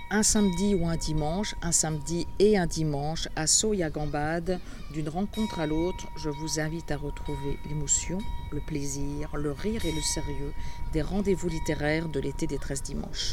Un samedi ou un dimanche, un samedi et un dimanche, à Sceaux et à Gambade, d'une rencontre à l'autre, je vous invite à retrouver l'émotion, le plaisir, le rire et le sérieux des rendez-vous littéraires de l'été des 13 dimanches.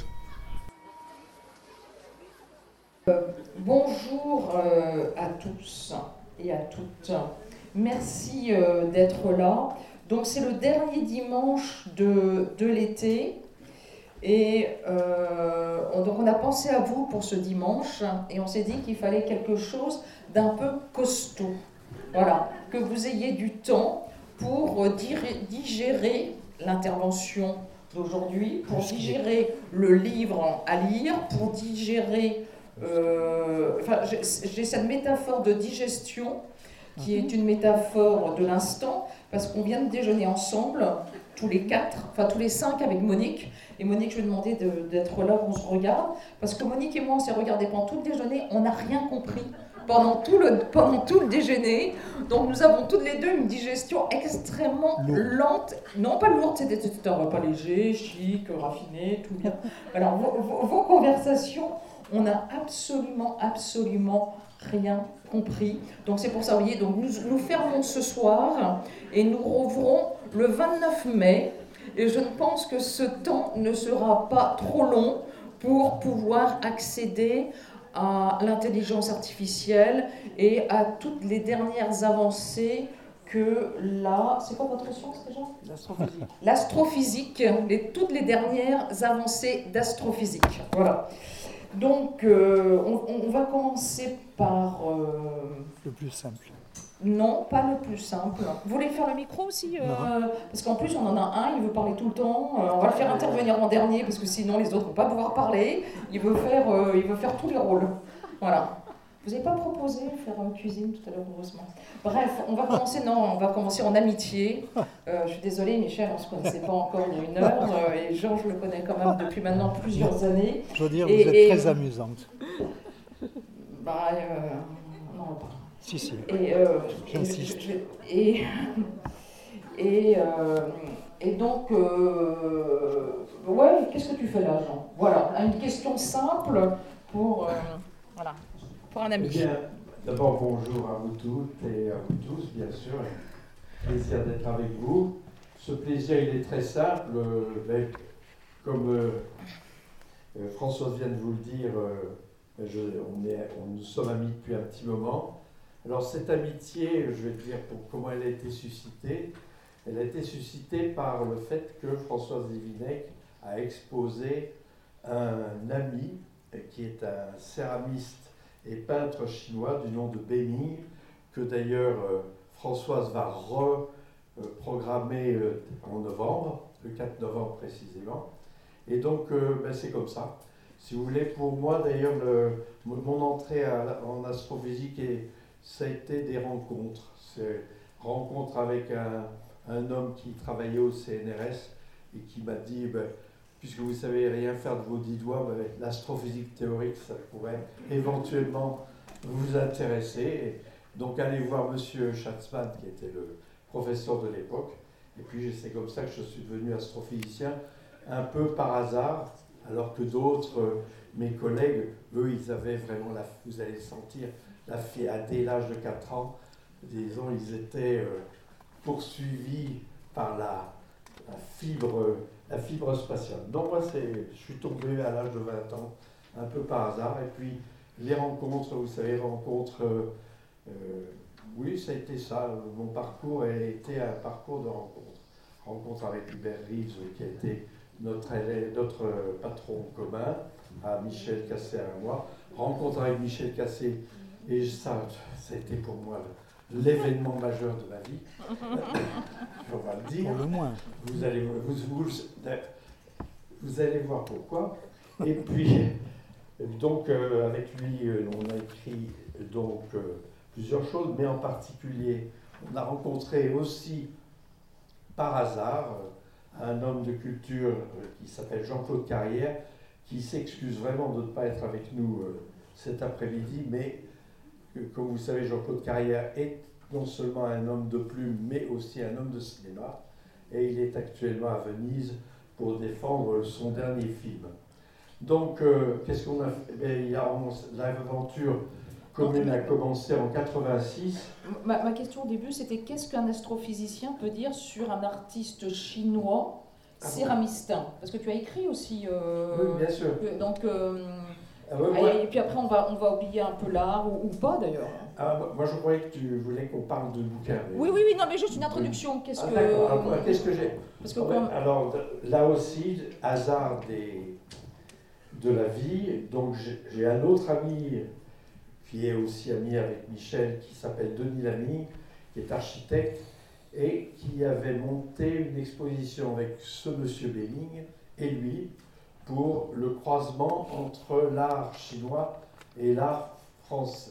Bonjour à tous et à toutes. Merci d'être là. Donc c'est le dernier dimanche de l'été. Et donc on a pensé à vous pour ce dimanche et on s'est dit qu'il fallait quelque chose d'un peu costaud. Voilà, que vous ayez du temps pour digérer l'intervention d'aujourd'hui, pour digérer le livre à lire, pour digérer... j'ai cette métaphore de digestion qui est une métaphore de l'instant, parce qu'on vient de déjeuner ensemble, tous les 4, enfin tous les 5 avec Monique. Et Monique, je lui ai demandé d'être là où on se regarde, parce que Monique et moi, on s'est regardés pendant tout le déjeuner, on n'a rien compris pendant tout le déjeuner. Donc nous avons toutes les deux une digestion extrêmement lente. Non, pas lourde, c'était un repas léger, chic, raffiné, tout bien. Alors vos conversations, on n'a absolument rien compris. Donc c'est pour ça, vous voyez, donc nous fermons ce soir et nous rouvrons le 29 mai. Et je pense que ce temps ne sera pas trop long pour pouvoir accéder à l'intelligence artificielle et à toutes les dernières avancées que c'est quoi votre science déjà ? L'astrophysique. L'astrophysique, toutes les dernières avancées d'astrophysique. Voilà. Donc, on va commencer par... Le plus simple. Non, pas le plus simple. Vous voulez faire le micro aussi parce qu'en plus, on en a un, il veut parler tout le temps. On va le faire intervenir en dernier, parce que sinon, les autres ne vont pas pouvoir parler. Il veut faire tous les rôles. Voilà. Vous n'avez pas proposé de faire cuisine tout à l'heure, heureusement. Bref, on va commencer en amitié. Je suis désolée, Michel, on ne se connaissait pas encore il y a une heure. Et Jean, je le connais quand même depuis maintenant plusieurs années. Je dois dire, vous êtes très amusante. Non, pas. Si. J'insiste. Et donc, ouais, qu'est-ce que tu fais là, Jean ? Voilà, une question simple pour un ami. Eh bien, d'abord, bonjour à vous toutes et à vous tous, bien sûr. Plaisir d'être avec vous. Ce plaisir, il est très simple. Comme Françoise vient de vous le dire, nous sommes amis depuis un petit moment. Alors cette amitié, je vais te dire comment elle a été suscitée. Elle a été suscitée par le fait que Françoise Lévinec a exposé un ami qui est un céramiste et peintre chinois du nom de Beming, que d'ailleurs Françoise va reprogrammer en novembre, le 4 novembre précisément. Et donc c'est comme ça. Si vous voulez, pour moi d'ailleurs, mon entrée en astrophysique ça a été des rencontres. C'est rencontre avec un homme qui travaillait au CNRS et qui m'a dit, puisque vous ne savez rien faire de vos 10 doigts, l'astrophysique théorique, ça pourrait éventuellement vous intéresser. Et donc allez voir Monsieur Schatzmann, qui était le professeur de l'époque. Et puis c'est comme ça que je suis devenu astrophysicien, un peu par hasard, alors que d'autres, mes collègues, eux, ils avaient vraiment, vous allez le sentir, dès l'âge de 4 ans, disons, ils étaient poursuivis par la fibre spatiale. Donc moi, je suis tombé à l'âge de 20 ans, un peu par hasard, et puis les rencontres, vous savez, oui, ça a été ça, mon parcours a été un parcours de rencontres. Rencontre avec Hubert Reeves, qui a été notre patron commun, à Michel Cassé et à moi. Rencontre avec Michel Cassé, et ça a été pour moi l'événement majeur de ma vie. On va le dire. Pour le moins. Vous allez voir pourquoi. Et puis, donc, avec lui, on a écrit plusieurs choses, mais en particulier, on a rencontré aussi, par hasard, un homme de culture qui s'appelle Jean-Claude Carrière, qui s'excuse vraiment de ne pas être avec nous cet après-midi, mais comme vous savez, Jean-Claude Carrière est non seulement un homme de plume, mais aussi un homme de cinéma, et il est actuellement à Venise pour défendre son dernier film. Donc, qu'est-ce qu'on a fait? L'aventure commune a commencé en 86. Ma question au début, c'était qu'est-ce qu'un astrophysicien peut dire sur un artiste chinois céramistain? Parce que tu as écrit aussi. Oui, bien sûr. Donc, Ouais. et puis après, on va oublier un peu l'art, ou pas d'ailleurs. Moi, je croyais que tu voulais qu'on parle de bouquins. Oui, non, mais juste une introduction. Qu'est-ce que. D'accord. Alors, qu'est-ce que j'ai? Parce que Alors, là aussi, hasard de la vie. Donc, j'ai un autre ami qui est aussi ami avec Michel, qui s'appelle Denis Lamy, qui est architecte, et qui avait monté une exposition avec ce monsieur Belling et lui, pour le croisement entre l'art chinois et l'art français.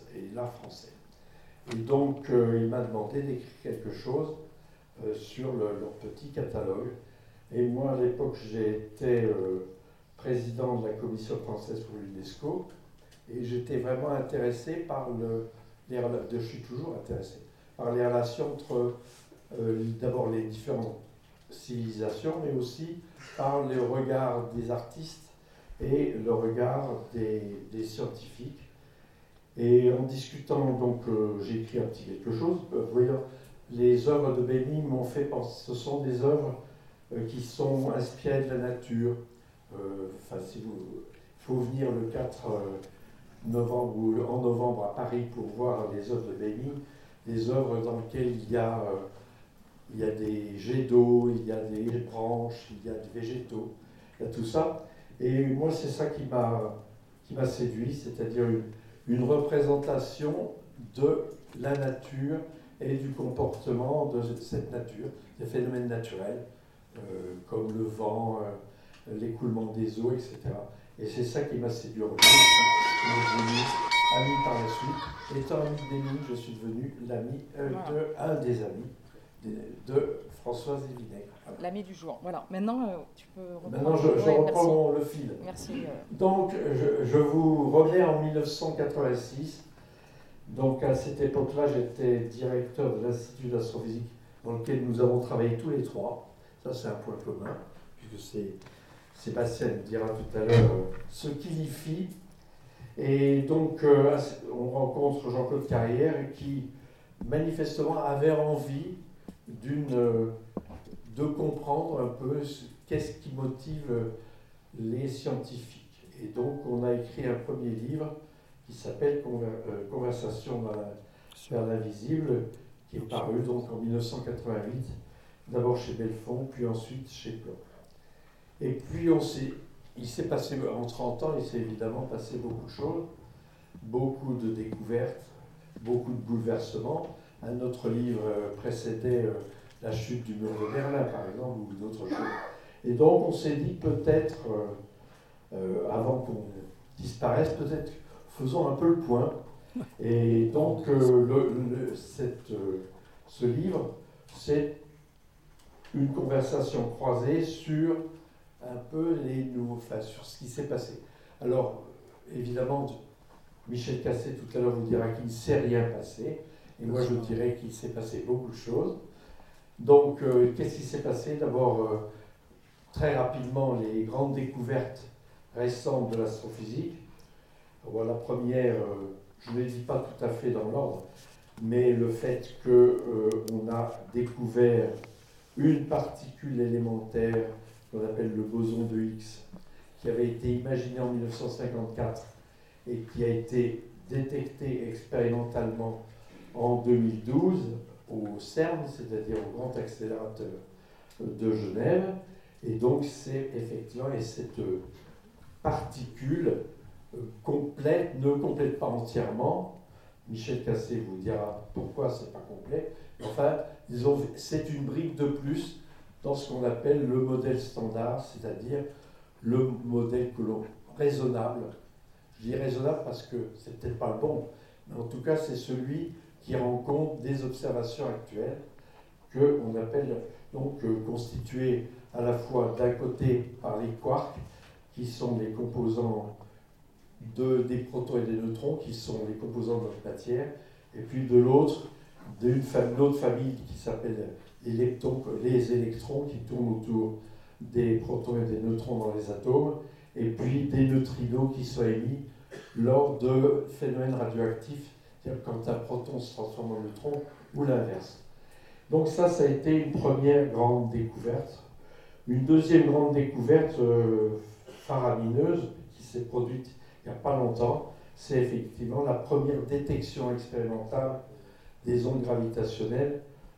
Et donc, il m'a demandé d'écrire quelque chose sur leur petit catalogue. Et moi, à l'époque, j'ai été président de la commission française pour l'UNESCO, et j'étais vraiment intéressé par je suis toujours intéressé par les relations entre d'abord les différentes civilisations, mais aussi par le regard des artistes et le regard des scientifiques. Et en discutant, donc j'ai écrit un petit quelque chose. Voyons, les œuvres de Belling m'ont fait penser, ce sont des œuvres qui sont inspirées de la nature. Il faut venir le 4 novembre ou en novembre à Paris pour voir les œuvres de Belling, des œuvres dans lesquelles il y a des jets d'eau, il y a des branches, il y a des végétaux, il y a tout ça. Et moi, c'est ça qui m'a séduit, c'est-à-dire une représentation de la nature et du comportement de cette nature, des phénomènes naturels, comme le vent, l'écoulement des eaux, etc. Et c'est ça qui m'a séduit. Je suis devenu ami par la suite. Étant ami de Belling, je suis devenu un des amis de Françoise Vinaigre. Voilà. L'ami du jour. Voilà. Maintenant, tu peux reprendre. Maintenant, je reprends le fil. Merci. Donc, je vous remets en 1986. Donc, à cette époque-là, j'étais directeur de l'Institut d'astrophysique dans lequel nous avons travaillé tous les trois. Ça, c'est un point commun, puisque Sébastien nous dira tout à l'heure ce qu'il y fit. Et donc, on rencontre Jean-Claude Carrière qui, manifestement, avait envie de comprendre un peu qu'est-ce qui motive les scientifiques. Et donc, on a écrit un premier livre qui s'appelle Conversation vers l'invisible, qui est paru donc en 1988, d'abord chez Belfond, puis ensuite chez Plon. Et puis, il s'est passé, en 30 ans, il s'est évidemment passé beaucoup de choses, beaucoup de découvertes, beaucoup de bouleversements. Un autre livre précédait la chute du mur de Berlin, par exemple, ou d'autres choses. Et donc, on s'est dit peut-être, avant qu'on disparaisse, peut-être faisons un peu le point. Et donc, ce livre, c'est une conversation croisée sur un peu sur ce qui s'est passé. Alors, évidemment, Michel Cassé, tout à l'heure, vous dira qu'il ne s'est rien passé. Et moi, je dirais qu'il s'est passé beaucoup de choses. Donc, qu'est-ce qui s'est passé? D'abord, très rapidement, les grandes découvertes récentes de l'astrophysique. La première, je ne les dis pas tout à fait dans l'ordre, mais le fait qu'on a découvert une particule élémentaire qu'on appelle le boson de Higgs, qui avait été imaginé en 1954 et qui a été détecté expérimentalement en 2012 au CERN, c'est-à-dire au Grand Accélérateur de Genève. Et donc, c'est effectivement, et cette particule ne complète pas entièrement. Michel Cassé vous dira pourquoi c'est pas complet. Enfin, disons, c'est une brique de plus dans ce qu'on appelle le modèle standard, c'est-à-dire le modèle raisonnable. Je dis raisonnable parce que c'est peut-être pas le bon, mais en tout cas, c'est celui qui rend compte des observations actuelles qu'on appelle donc constituées à la fois d'un côté par les quarks, qui sont les composants des protons et des neutrons, qui sont les composants de notre matière, et puis de l'autre, d'une autre famille qui s'appelle les électrons, qui tournent autour des protons et des neutrons dans les atomes, et puis des neutrinos qui sont émis lors de phénomènes radioactifs, c'est-à-dire quand un proton se transforme en neutron ou l'inverse. Donc ça a été une première grande découverte. Une deuxième grande découverte faramineuse qui s'est produite il n'y a pas longtemps, c'est effectivement la première détection expérimentale des ondes gravitationnelles.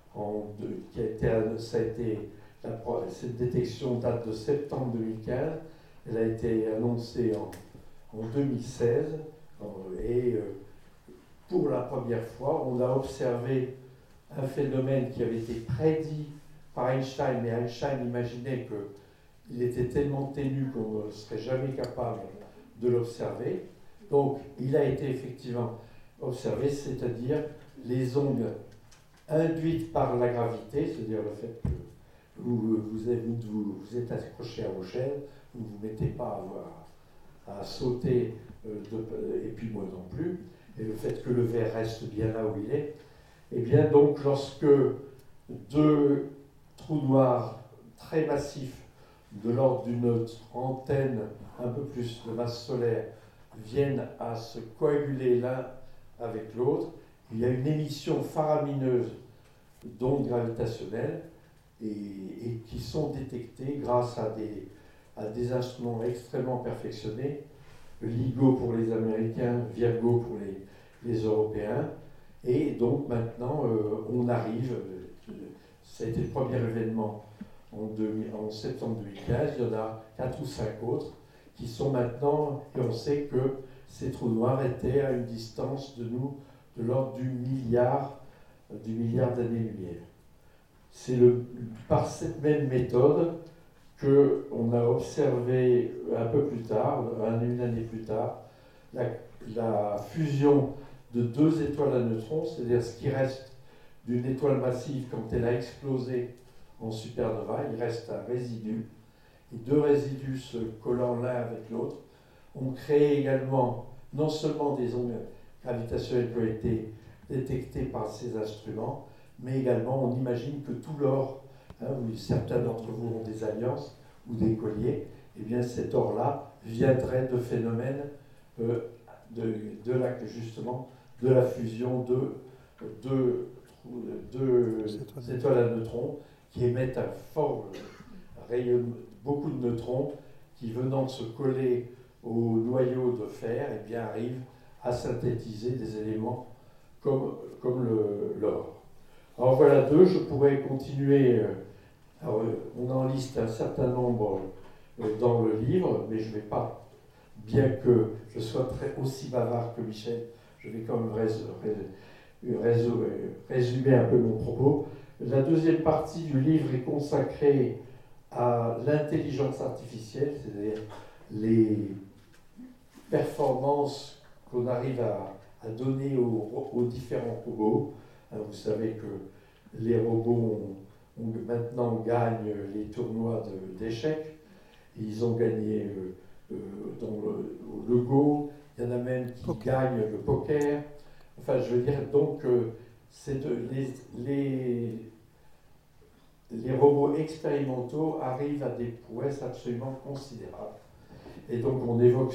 Cette détection date de septembre 2015. Elle a été annoncée en 2016. Et pour la première fois, on a observé un phénomène qui avait été prédit par Einstein, mais Einstein imaginait qu'il était tellement ténu qu'on ne serait jamais capable de l'observer. Donc, il a été effectivement observé, c'est-à-dire les ondes induites par la gravité, c'est-à-dire le fait que vous êtes accroché à vos chaînes, vous ne vous mettez pas à sauter, et puis moi non plus, et le fait que le verre reste bien là où il est, et bien donc lorsque deux trous noirs très massifs de l'ordre d'une antenne un peu plus de masse solaire viennent à se coaguler l'un avec l'autre, il y a une émission faramineuse d'ondes gravitationnelles et qui sont détectées grâce à des instruments extrêmement perfectionnés, LIGO pour les Américains, Virgo pour les Européens, et donc maintenant on arrive, c'était le premier événement en septembre 2015, il y en a 4 ou 5 autres qui sont maintenant, et on sait que ces trous noirs étaient à une distance de nous de l'ordre du milliard d'années-lumière. C'est par cette même méthode qu'on a observé un peu plus tard, une année plus tard, la fusion de deux étoiles à neutrons, c'est-à-dire ce qui reste d'une étoile massive quand elle a explosé en supernova, il reste un résidu, et deux résidus se collant l'un avec l'autre. On crée également non seulement des ondes gravitationnelles qui ont été détectées par ces instruments, mais également on imagine que tout l'or, où certains d'entre vous ont des alliances ou des colliers, et bien cet or-là viendrait de phénomènes justement de la fusion de deux étoiles à neutrons qui émettent un fort rayonnement, beaucoup de neutrons qui, venant de se coller au noyau de fer, et bien, arrivent à synthétiser des éléments comme l'or. Alors voilà deux, je pourrais continuer. On en liste un certain nombre dans le livre, mais je ne vais pas, bien que je sois aussi bavard que Michel, je vais quand même résumer un peu mon propos. La deuxième partie du livre est consacrée à l'intelligence artificielle, c'est-à-dire les performances qu'on arrive à donner aux différents robots. Vous savez que les robots maintenant gagnent les tournois d'échecs. Ils ont gagné dans le Go, il y en a même qui gagnent le poker. Enfin, je veux dire, donc, les robots expérimentaux arrivent à des prouesses absolument considérables. Et donc, on évoque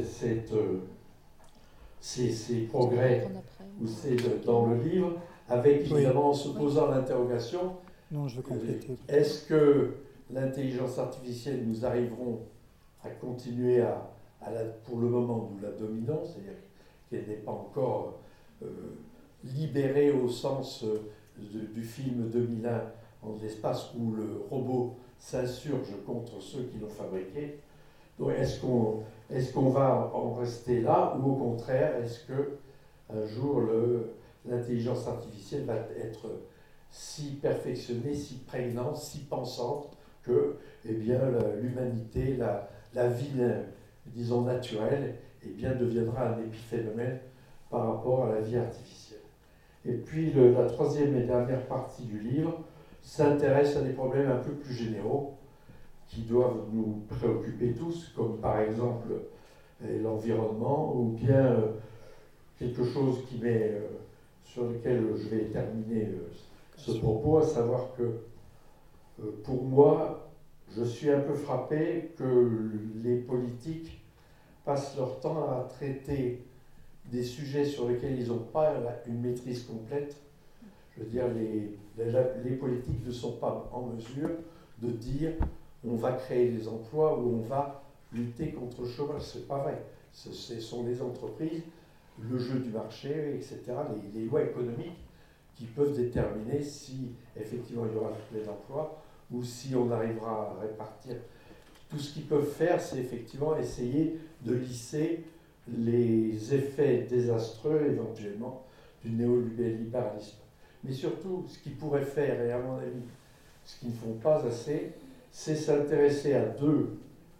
ces progrès dans le livre, avec évidemment en se posant l'interrogation, est-ce que l'intelligence artificielle, nous arriverons à continuer pour le moment, nous la dominons, c'est-à-dire qu'elle n'est pas encore libérée au sens du film 2001 en l'espace où le robot s'insurge contre ceux qui l'ont fabriqué. Donc est-ce qu'on va en rester là, ou au contraire, est-ce que un jour l'intelligence artificielle va être si perfectionnée, si prégnante, si pensante que l'humanité, la vie, disons, naturelle, deviendra un épiphénomène par rapport à la vie artificielle. Et puis la troisième et dernière partie du livre s'intéresse à des problèmes un peu plus généraux qui doivent nous préoccuper tous, comme par exemple l'environnement, ou bien quelque chose sur lequel je vais terminer ce propos, à savoir que pour moi, je suis un peu frappé que les politiques passent leur temps à traiter des sujets sur lesquels ils n'ont pas une maîtrise complète. Je veux dire, les politiques ne sont pas en mesure de dire on va créer des emplois ou on va lutter contre le chômage. C'est pas vrai. Ce sont les entreprises, le jeu du marché, etc., les lois économiques qui peuvent déterminer si effectivement il y aura plein d'emplois ou si on arrivera à répartir. Tout ce qu'ils peuvent faire, c'est effectivement essayer de lisser les effets désastreux éventuellement du néolibéralisme. Mais surtout, ce qu'ils pourraient faire, et à mon avis, ce qu'ils ne font pas assez, c'est s'intéresser à deux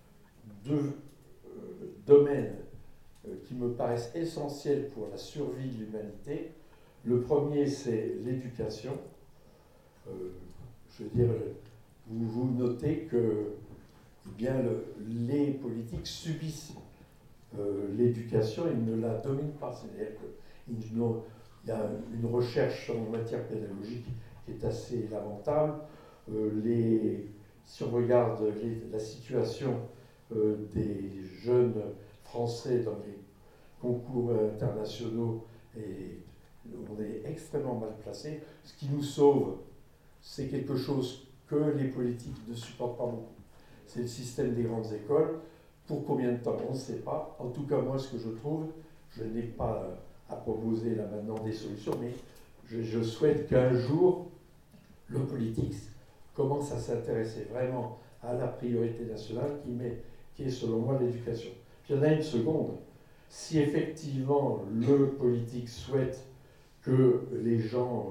domaines qui me paraissent essentiels pour la survie de l'humanité. Le premier, c'est l'éducation. Je veux dire, vous notez que eh bien, les politiques subissent l'éducation, ils ne la dominent pas. C'est-à-dire qu'il y a une recherche en matière pédagogique qui est assez lamentable. Si on regarde la situation des jeunes Français dans les concours internationaux, on est extrêmement mal placé. Ce qui nous sauve, c'est quelque chose que les politiques ne supportent pas beaucoup. C'est le système des grandes écoles. Pour combien de temps, on ne sait pas. En tout cas, moi, ce que je trouve, je n'ai pas à proposer là maintenant des solutions, mais je souhaite qu'un jour, le politique commence à s'intéresser vraiment à la priorité nationale qui est selon moi l'éducation. Puis il y en a une seconde. Si effectivement le politique souhaite que les gens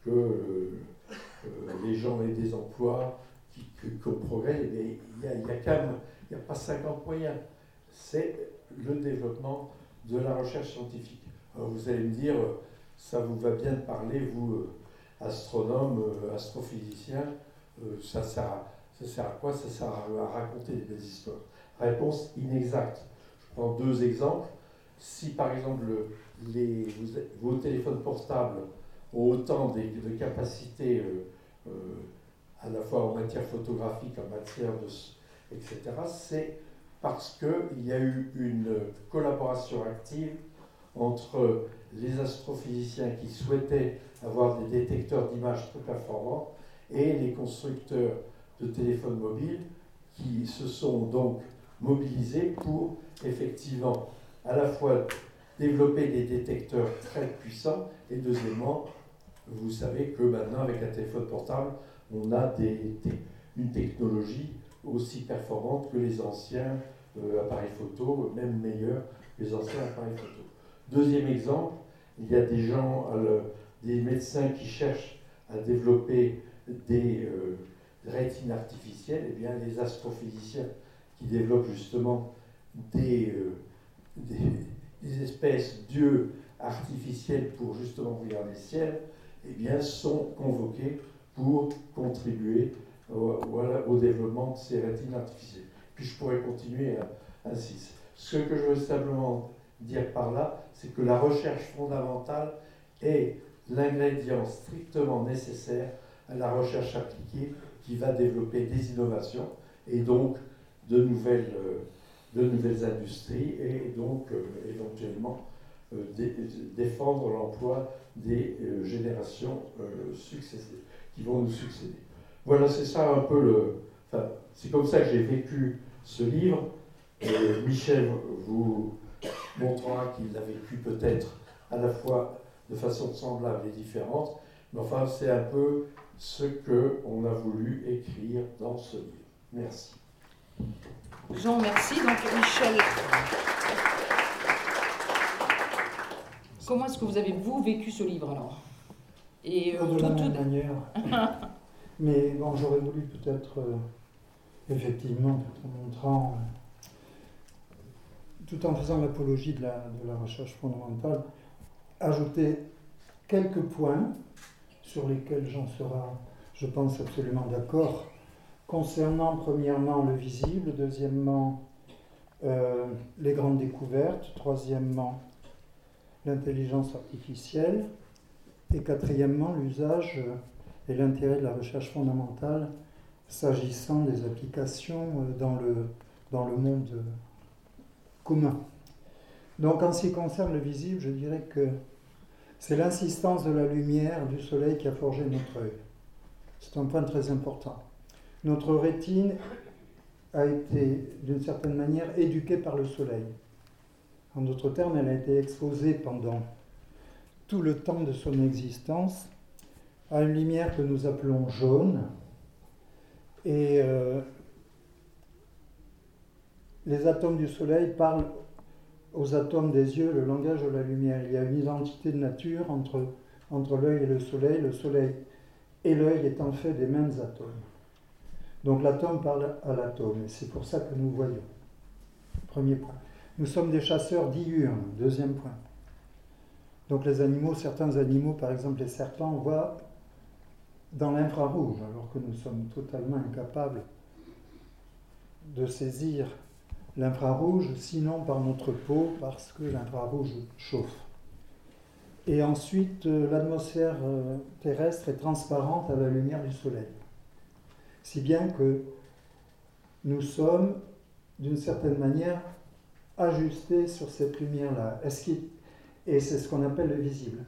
aient des emplois, qu'on progresse, il n'y a pas 50 moyens. C'est le développement de la recherche scientifique. Alors vous allez me dire, ça vous va bien de parler, vous, astronome, astrophysicien, ça sert à quoi? Ça sert à raconter des belles histoires. Réponse inexacte. Je prends deux exemples. Si par exemple vos téléphones portables ont autant de capacités à la fois en matière photographique, en matière etc., c'est parce qu'il y a eu une collaboration active entre les astrophysiciens qui souhaitaient avoir des détecteurs d'images très performants et les constructeurs de téléphones mobiles qui se sont donc mobilisés pour effectivement à la fois développer des détecteurs très puissants et deuxièmement, vous savez que maintenant avec un téléphone portable, on a une technologie aussi performante que les anciens appareils photo, même meilleure que les anciens appareils photo. Deuxième exemple, il y a des médecins qui cherchent à développer des rétines artificielles. Eh bien, les astrophysiciens qui développent justement des espèces d'yeux artificiels pour justement regarder le ciel, eh bien, sont convoqués pour contribuer au développement de ces rétines artificielles. Puis je pourrais continuer ainsi. Ce que je veux simplement dire par là, c'est que la recherche fondamentale est l'ingrédient strictement nécessaire à la recherche appliquée qui va développer des innovations et donc de nouvelles industries et donc éventuellement défendre l'emploi des générations qui vont nous succéder. Voilà, c'est ça un peu c'est comme ça que j'ai vécu ce livre. Michel vous montrera qu'il l'a vécu peut-être à la fois de façon semblable et différente, mais enfin c'est un peu ce qu'on a voulu écrire dans ce livre. Merci. Jean, merci. Donc Michel, comment est-ce que vous avez vécu ce livre alors? Et de la même manière. Mais bon, j'aurais voulu peut-être, effectivement, tout en montrant, tout en faisant l'apologie de la recherche fondamentale, ajouter quelques points sur lesquels j'en serai, je pense, absolument d'accord, concernant premièrement le visible, deuxièmement les grandes découvertes, troisièmement l'intelligence artificielle, et quatrièmement l'usage et l'intérêt de la recherche fondamentale s'agissant des applications dans le monde commun. Donc en ce qui concerne le visible, je dirais que c'est l'insistance de la lumière du soleil qui a forgé notre œil. C'est un point très important. Notre rétine a été, d'une certaine manière, éduquée par le soleil. En d'autres termes, elle a été exposée pendant tout le temps de son existence à une lumière que nous appelons jaune. Et les atomes du soleil parlent aux atomes des yeux le langage de la lumière. Il y a une identité de nature entre l'œil et le soleil et l'œil étant fait des mêmes atomes. Donc l'atome parle à l'atome, et c'est pour ça que nous voyons. Premier point. Nous sommes des chasseurs diurnes, deuxième point. Donc les animaux, certains animaux, par exemple les serpents, voient dans l'infrarouge, alors que nous sommes totalement incapables de saisir l'infrarouge, sinon par notre peau, parce que l'infrarouge chauffe. Et ensuite, l'atmosphère terrestre est transparente à la lumière du soleil. Si bien que nous sommes, d'une certaine manière, ajustés sur cette lumière-là. Et c'est ce qu'on appelle le visible.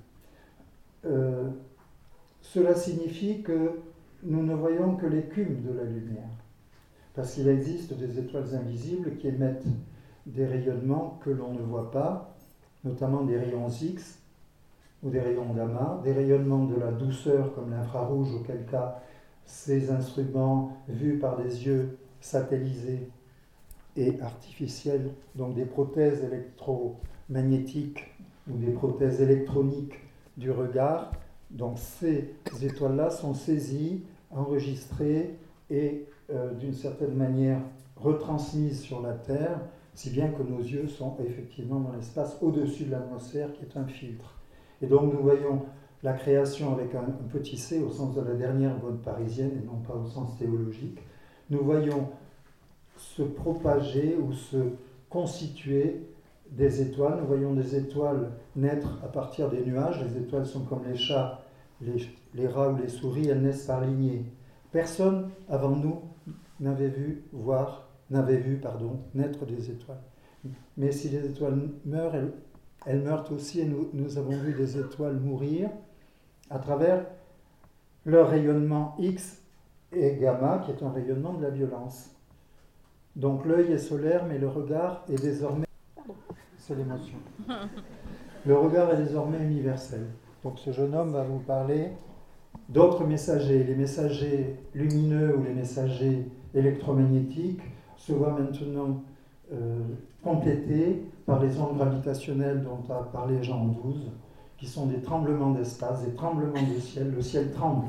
Cela signifie que nous ne voyons que l'écume de la lumière. Parce qu'il existe des étoiles invisibles qui émettent des rayonnements que l'on ne voit pas, notamment des rayons X ou des rayons gamma, des rayonnements de la douceur comme l'infrarouge, auquel cas ces instruments vus par des yeux satellisés et artificiels, donc des prothèses électromagnétiques ou des prothèses électroniques du regard. Donc ces étoiles-là sont saisies, enregistrées et d'une certaine manière retransmises sur la Terre, si bien que nos yeux sont effectivement dans l'espace au-dessus de l'atmosphère qui est un filtre. Et donc nous voyons la création avec un petit c au sens de la dernière mode parisienne et non pas au sens théologique. Nous voyons se propager ou se constituer des étoiles. Nous voyons des étoiles naître à partir des nuages. Les étoiles sont comme les chats, les rats ou les souris, elles naissent par lignée. Personne avant nous n'avait vu naître des étoiles. Mais si les étoiles meurent, elles meurent aussi, et nous avons vu des étoiles mourir à travers leur rayonnement X et gamma, qui est un rayonnement de la violence. Donc l'œil est solaire, mais le regard est désormais... C'est l'émotion. Le regard est désormais universel. Donc ce jeune homme va vous parler d'autres messagers. Les messagers lumineux ou les messagers électromagnétiques se voient maintenant complétés par les ondes gravitationnelles dont a parlé Jean XII, qui sont des tremblements d'espace, des tremblements du ciel. Le ciel tremble.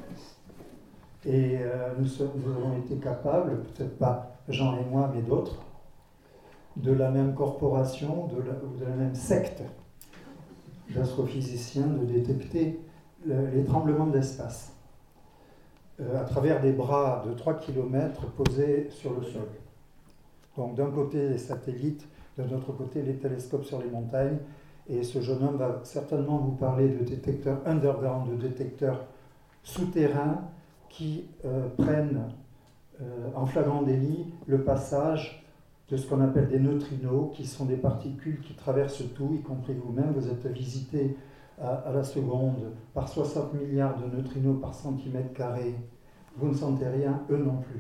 Et nous avons été capables, peut-être pas Jean et moi, mais d'autres, de la même corporation, de la même secte d'astrophysiciens, de détecter les tremblements d'espace à travers des bras de 3 km posés sur le sol. Donc d'un côté les satellites, de l'autre côté les télescopes sur les montagnes, et ce jeune homme va certainement vous parler de détecteurs underground, de détecteurs souterrains qui prennent en flagrant délit le passage de ce qu'on appelle des neutrinos, qui sont des particules qui traversent tout, y compris vous-même. Vous êtes visité à la seconde par 60 milliards de neutrinos par centimètre carré. Vous ne sentez rien, eux non plus.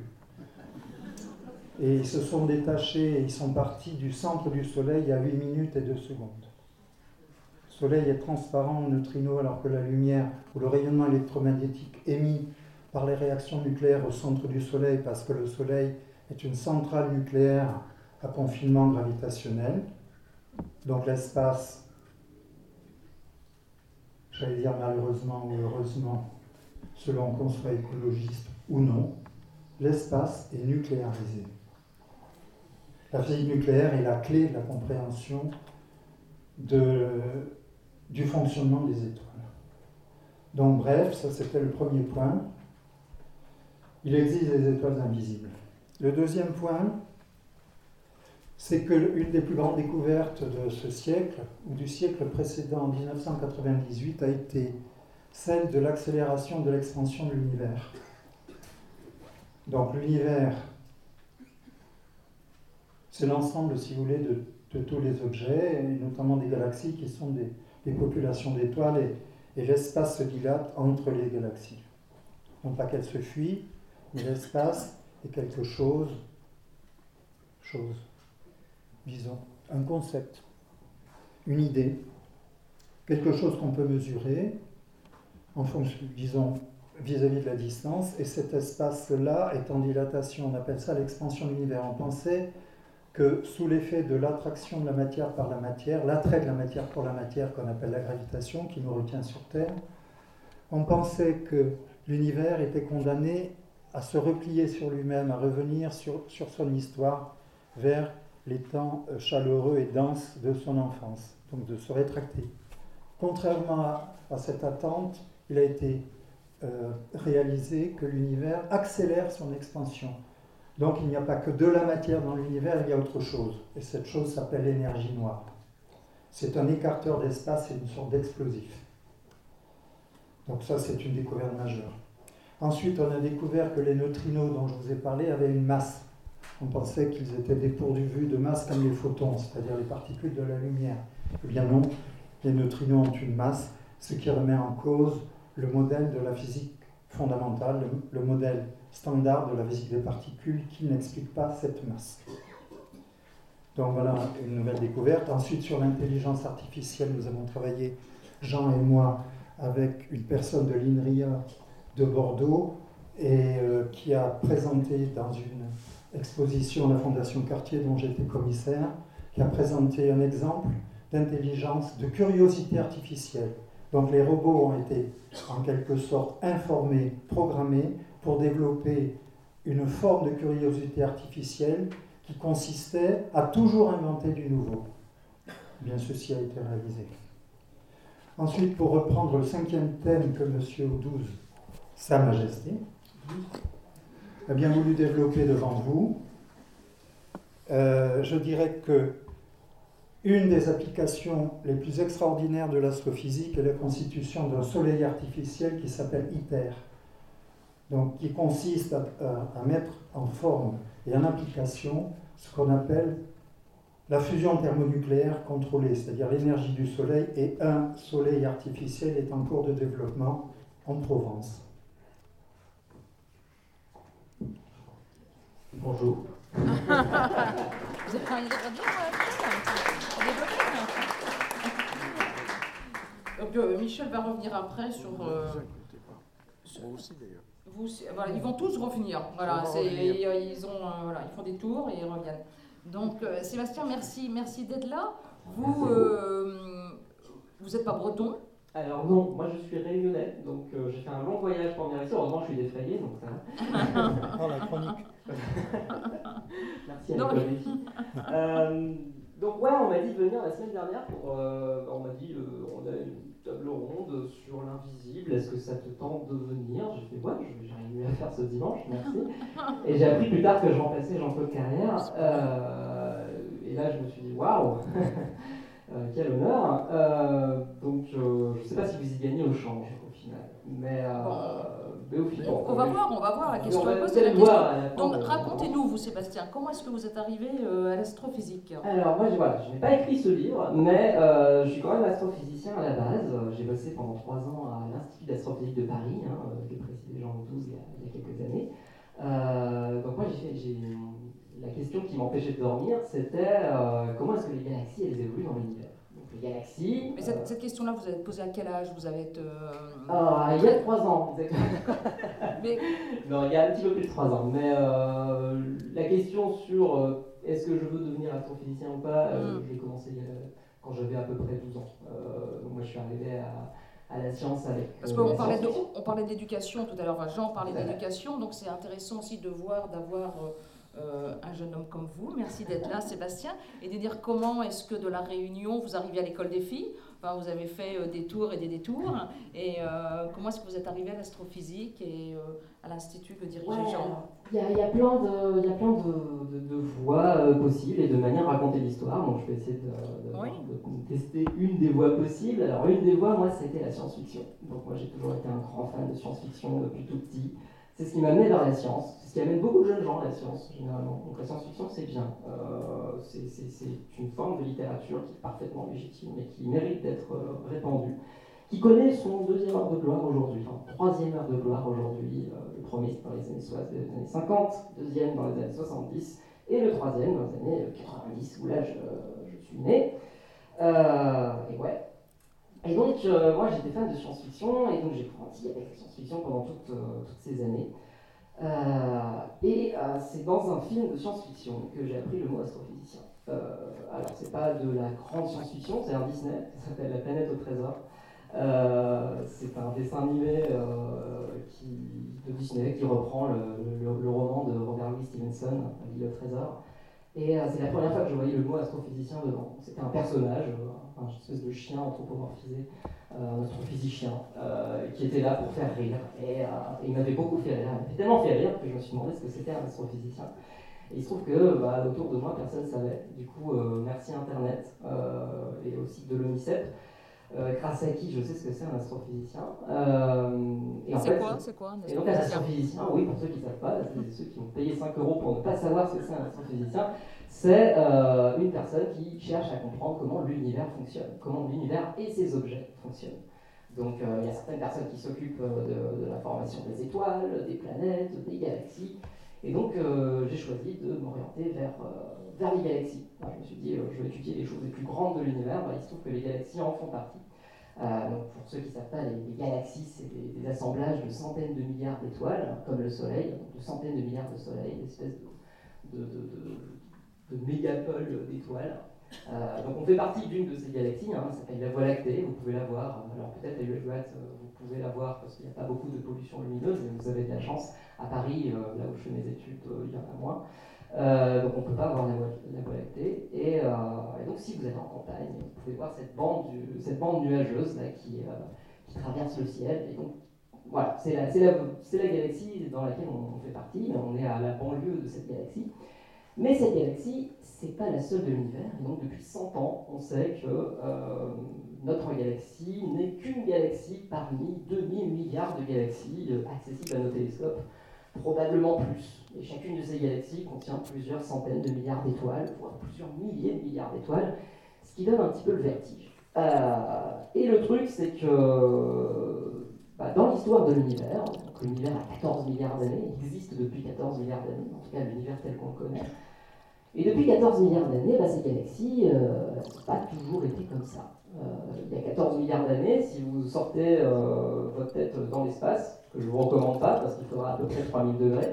Et ils se sont détachés, ils sont partis du centre du Soleil à 8 minutes et 2 secondes. Le Soleil est transparent en neutrinos, alors que la lumière ou le rayonnement électromagnétique émis par les réactions nucléaires au centre du Soleil, parce que le Soleil est une centrale nucléaire à confinement gravitationnel. Donc l'espace, j'allais dire malheureusement ou heureusement, selon qu'on soit écologiste ou non, l'espace est nucléarisé. La physique nucléaire est la clé de la compréhension du fonctionnement des étoiles. Donc bref, ça c'était le premier point. Il existe des étoiles invisibles. Le deuxième point, c'est que l'une des plus grandes découvertes de ce siècle, ou du siècle précédent, en 1998, a été celle de l'accélération de l'expansion de l'univers. Donc l'univers, c'est l'ensemble, si vous voulez, de tous les objets, et notamment des galaxies qui sont des populations d'étoiles, et l'espace se dilate entre les galaxies. Non pas qu'elles se fuient, mais l'espace est quelque chose, disons, un concept, une idée, quelque chose qu'on peut mesurer en fonction, disons, vis-à-vis de la distance, et cet espace-là est en dilatation. On appelle ça l'expansion de l'univers. On pensait que sous l'effet de l'attraction de la matière par la matière, l'attrait de la matière pour la matière qu'on appelle la gravitation, qui nous retient sur Terre, on pensait que l'univers était condamné à se replier sur lui-même, à revenir sur son histoire vers les temps chaleureux et denses de son enfance, donc de se rétracter. Contrairement à cette attente, il a été réalisé que l'univers accélère son expansion. Donc il n'y a pas que de la matière dans l'univers, il y a autre chose. Et cette chose s'appelle l'énergie noire. C'est un écarteur d'espace et une sorte d'explosif. Donc ça, c'est une découverte majeure. Ensuite, on a découvert que les neutrinos dont je vous ai parlé avaient une masse. On pensait qu'ils étaient dépourvus de masse comme les photons, c'est-à-dire les particules de la lumière. Eh bien non, les neutrinos ont une masse, ce qui remet en cause le modèle de la physique fondamentale, le modèle standard de la physique des particules qui n'explique pas cette masse. Donc voilà une nouvelle découverte. Ensuite, sur l'intelligence artificielle, nous avons travaillé, Jean et moi, avec une personne de l'INRIA de Bordeaux et qui a présenté dans une exposition à la Fondation Cartier dont j'étais commissaire, qui a présenté un exemple d'intelligence, de curiosité artificielle. Donc les robots ont été en quelque sorte informés, programmés pour développer une forme de curiosité artificielle qui consistait à toujours inventer du nouveau. Bien, ceci a été réalisé. Ensuite, pour reprendre le 5e thème que M. Oudouze, Sa Majesté, a bien voulu développer devant vous, je dirais que une des applications les plus extraordinaires de l'astrophysique est la constitution d'un soleil artificiel qui s'appelle ITER, donc qui consiste à mettre en forme et en application ce qu'on appelle la fusion thermonucléaire contrôlée, c'est-à-dire l'énergie du soleil, et un soleil artificiel est en cours de développement en Provence. Bonjour. Vous avez rien à dire Donc Michel va revenir après sur... Vous inquiétez pas. Moi aussi d'ailleurs. Voilà, ils vont tous revenir. Voilà, ils font des tours et ils reviennent. Donc Sébastien, merci d'être là. Vous n'êtes pas breton? Alors non, moi je suis réunionnais, donc j'ai fait un long voyage pour venir ici. Heureusement, je suis défrayé, donc ça va. Oh, la chronique. Merci à l'école des filles. Donc ouais, on m'a dit de venir la semaine dernière pour... on m'a dit, on a une table ronde sur l'invisible, est-ce que ça te tente de venir? J'ai fait, ouais, j'arrive mieux à faire ce dimanche, merci. Et j'ai appris plus tard que je remplaçais Jean-Claude Carrière. Et là, je me suis dit, waouh, quel honneur. Donc je ne sais pas si vous y gagnez au change au final. Mais au final, on va voir la question est posée. Donc racontez-nous, vous Sébastien, comment est-ce que vous êtes arrivé à l'astrophysique? Alors moi je n'ai pas écrit ce livre, mais je suis quand même astrophysicien à la base. J'ai bossé pendant 3 ans à l'Institut d'astrophysique de Paris, qui est présidé Jean Oudouze il y a quelques années. Donc moi la question qui m'empêchait de dormir, c'était comment est-ce que les galaxies elles évoluent dans l'univers. Les galaxies. Mais cette question-là, vous avez posée à quel âge? Vous avez été. Il y a 3 ans, exactement. Mais... Non, il y a un petit peu plus de 3 ans. Mais la question sur est-ce que je veux devenir astrophysicien ou pas, je l'ai commencé quand j'avais à peu près 12 ans. Donc moi, je suis arrivé à la science avec. Parce qu'on parlait d'éducation tout à l'heure. Enfin, Jean parlait d'éducation, donc c'est intéressant aussi d'avoir un jeune homme comme vous. Merci d'être là, Sébastien, et de dire comment est-ce que de la Réunion vous arrivez à l'école des filles. Enfin, vous avez fait des tours et des détours, et comment est-ce que vous êtes arrivé à l'astrophysique et à l'institut que dirigeait Jean? Il y a plein de voies possibles et de manières de raconter l'histoire, donc je vais essayer de tester une des voies possibles. Alors une des voies, moi, c'était la science-fiction. Donc moi j'ai toujours été un grand fan de science-fiction depuis tout petit. C'est ce qui m'a amené vers la science, c'est ce qui amène beaucoup de jeunes gens à la science, généralement. Donc la science-fiction, c'est bien. C'est une forme de littérature qui est parfaitement légitime et qui mérite d'être répandue, qui connaît son deuxième heure de gloire aujourd'hui, enfin troisième heure de gloire aujourd'hui. Le premier, c'est dans les années 50, deuxième dans les années 70, et le troisième dans les années 90, où là, je suis né. Et ouais. Et donc, moi, j'étais fan de science-fiction, et donc j'ai grandi avec la science-fiction pendant toutes ces années. C'est dans un film de science-fiction que j'ai appris le mot astrophysicien. Alors, c'est pas de la grande science-fiction, c'est un Disney, ça s'appelle La planète au trésor. C'est un dessin animé de Disney qui reprend le roman de Robert Louis Stevenson, L'île au trésor. Et c'est la première fois que je voyais le mot astrophysicien dedans. C'était un personnage, un espèce de chien anthropomorphisé, un astrophysicien, qui était là pour faire rire. Et il m'avait beaucoup fait rire. Il m'avait tellement fait rire que je me suis demandé ce que c'était un astrophysicien. Et il se trouve que autour de moi, personne ne savait. Du coup, merci Internet et au site de l'ONICEP, grâce à qui je sais ce que c'est un astrophysicien. C'est quoi un astrophysicien? Et donc un astrophysicien, oui, pour ceux qui ne savent pas, ceux qui ont payé 5 € pour ne pas savoir ce que c'est un astrophysicien, c'est une personne qui cherche à comprendre comment l'univers fonctionne, comment l'univers et ses objets fonctionnent. Donc il y a certaines personnes qui s'occupent de la formation des étoiles, des planètes, des galaxies. Et donc j'ai choisi de m'orienter vers les galaxies. Je me suis dit, je vais étudier les choses les plus grandes de l'univers. Il se trouve que les galaxies en font partie. Donc pour ceux qui ne savent pas, les galaxies, c'est des assemblages de centaines de milliards d'étoiles, comme le Soleil, de centaines de milliards de soleils, des espèces de mégapoles d'étoiles. Donc on fait partie d'une de ces galaxies, ça s'appelle la Voie lactée, vous pouvez la voir. Alors peut-être à Huelgoat, vous pouvez la voir parce qu'il n'y a pas beaucoup de pollution lumineuse, mais vous avez de la chance. À Paris, là où je fais mes études, il y en a moins. Donc on ne peut pas voir la Voie lactée. Et donc si vous êtes en campagne, vous pouvez voir cette bande nuageuse là, qui traverse le ciel. Et donc voilà, c'est la galaxie dans laquelle on fait partie. On est à la banlieue de cette galaxie. Mais cette galaxie, c'est pas la seule de l'univers. Et donc depuis 100 ans, on sait que notre galaxie n'est qu'une galaxie parmi 2000 milliards de galaxies accessibles à nos télescopes, probablement plus. Et chacune de ces galaxies contient plusieurs centaines de milliards d'étoiles, voire plusieurs milliers de milliards d'étoiles, ce qui donne un petit peu le vertige. Et le truc, c'est que dans l'histoire de l'univers, donc l'univers a 14 milliards d'années, il existe depuis 14 milliards d'années, en tout cas l'univers tel qu'on le connaît. Et depuis 14 milliards d'années, ces galaxies n'ont pas toujours été comme ça. Il y a 14 milliards d'années, si vous sortez votre tête dans l'espace, que je ne vous recommande pas parce qu'il faudra à peu près 3000 degrés,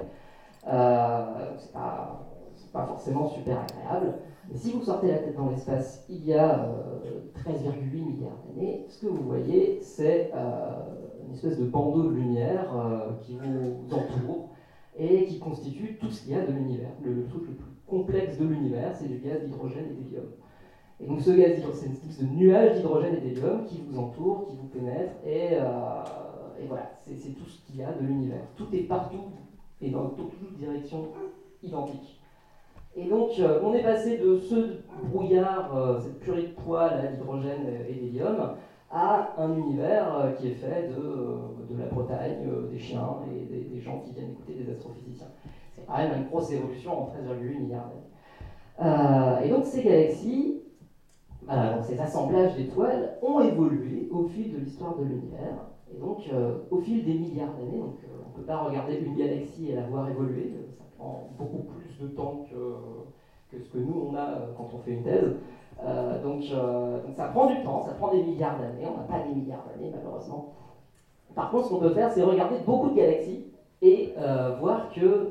c'est pas forcément super agréable. Mais si vous sortez la tête dans l'espace il y a 13,8 milliards d'années, ce que vous voyez, c'est une espèce de bandeau de lumière qui vous entoure et qui constitue tout ce qu'il y a de l'univers. Le truc le plus complexe de l'univers, c'est du gaz d'hydrogène et d'hélium. Et donc ce gaz d'hydrogène, c'est une espèce de nuage d'hydrogène et d'hélium qui vous entoure, qui vous pénètre, et voilà, c'est tout ce qu'il y a de l'univers. Tout est partout et dans toutes directions identiques. Et donc on est passé de ce brouillard, cette purée de poids d'hydrogène et d'hélium, à un univers qui est fait de la Bretagne, des chiens et des gens qui viennent écouter des astrophysiciens. C'est quand même une grosse évolution en 13,8 milliards d'années. Et donc ces galaxies, donc ces assemblages d'étoiles, ont évolué au fil de l'histoire de l'univers. Et donc au fil des milliards d'années, donc on ne peut pas regarder une galaxie et la voir évoluer, ça prend beaucoup plus de temps que ce que nous on a quand on fait une thèse. Donc ça prend du temps, ça prend des milliards d'années, on n'a pas des milliards d'années malheureusement. Par contre, ce qu'on peut faire, c'est regarder beaucoup de galaxies et voir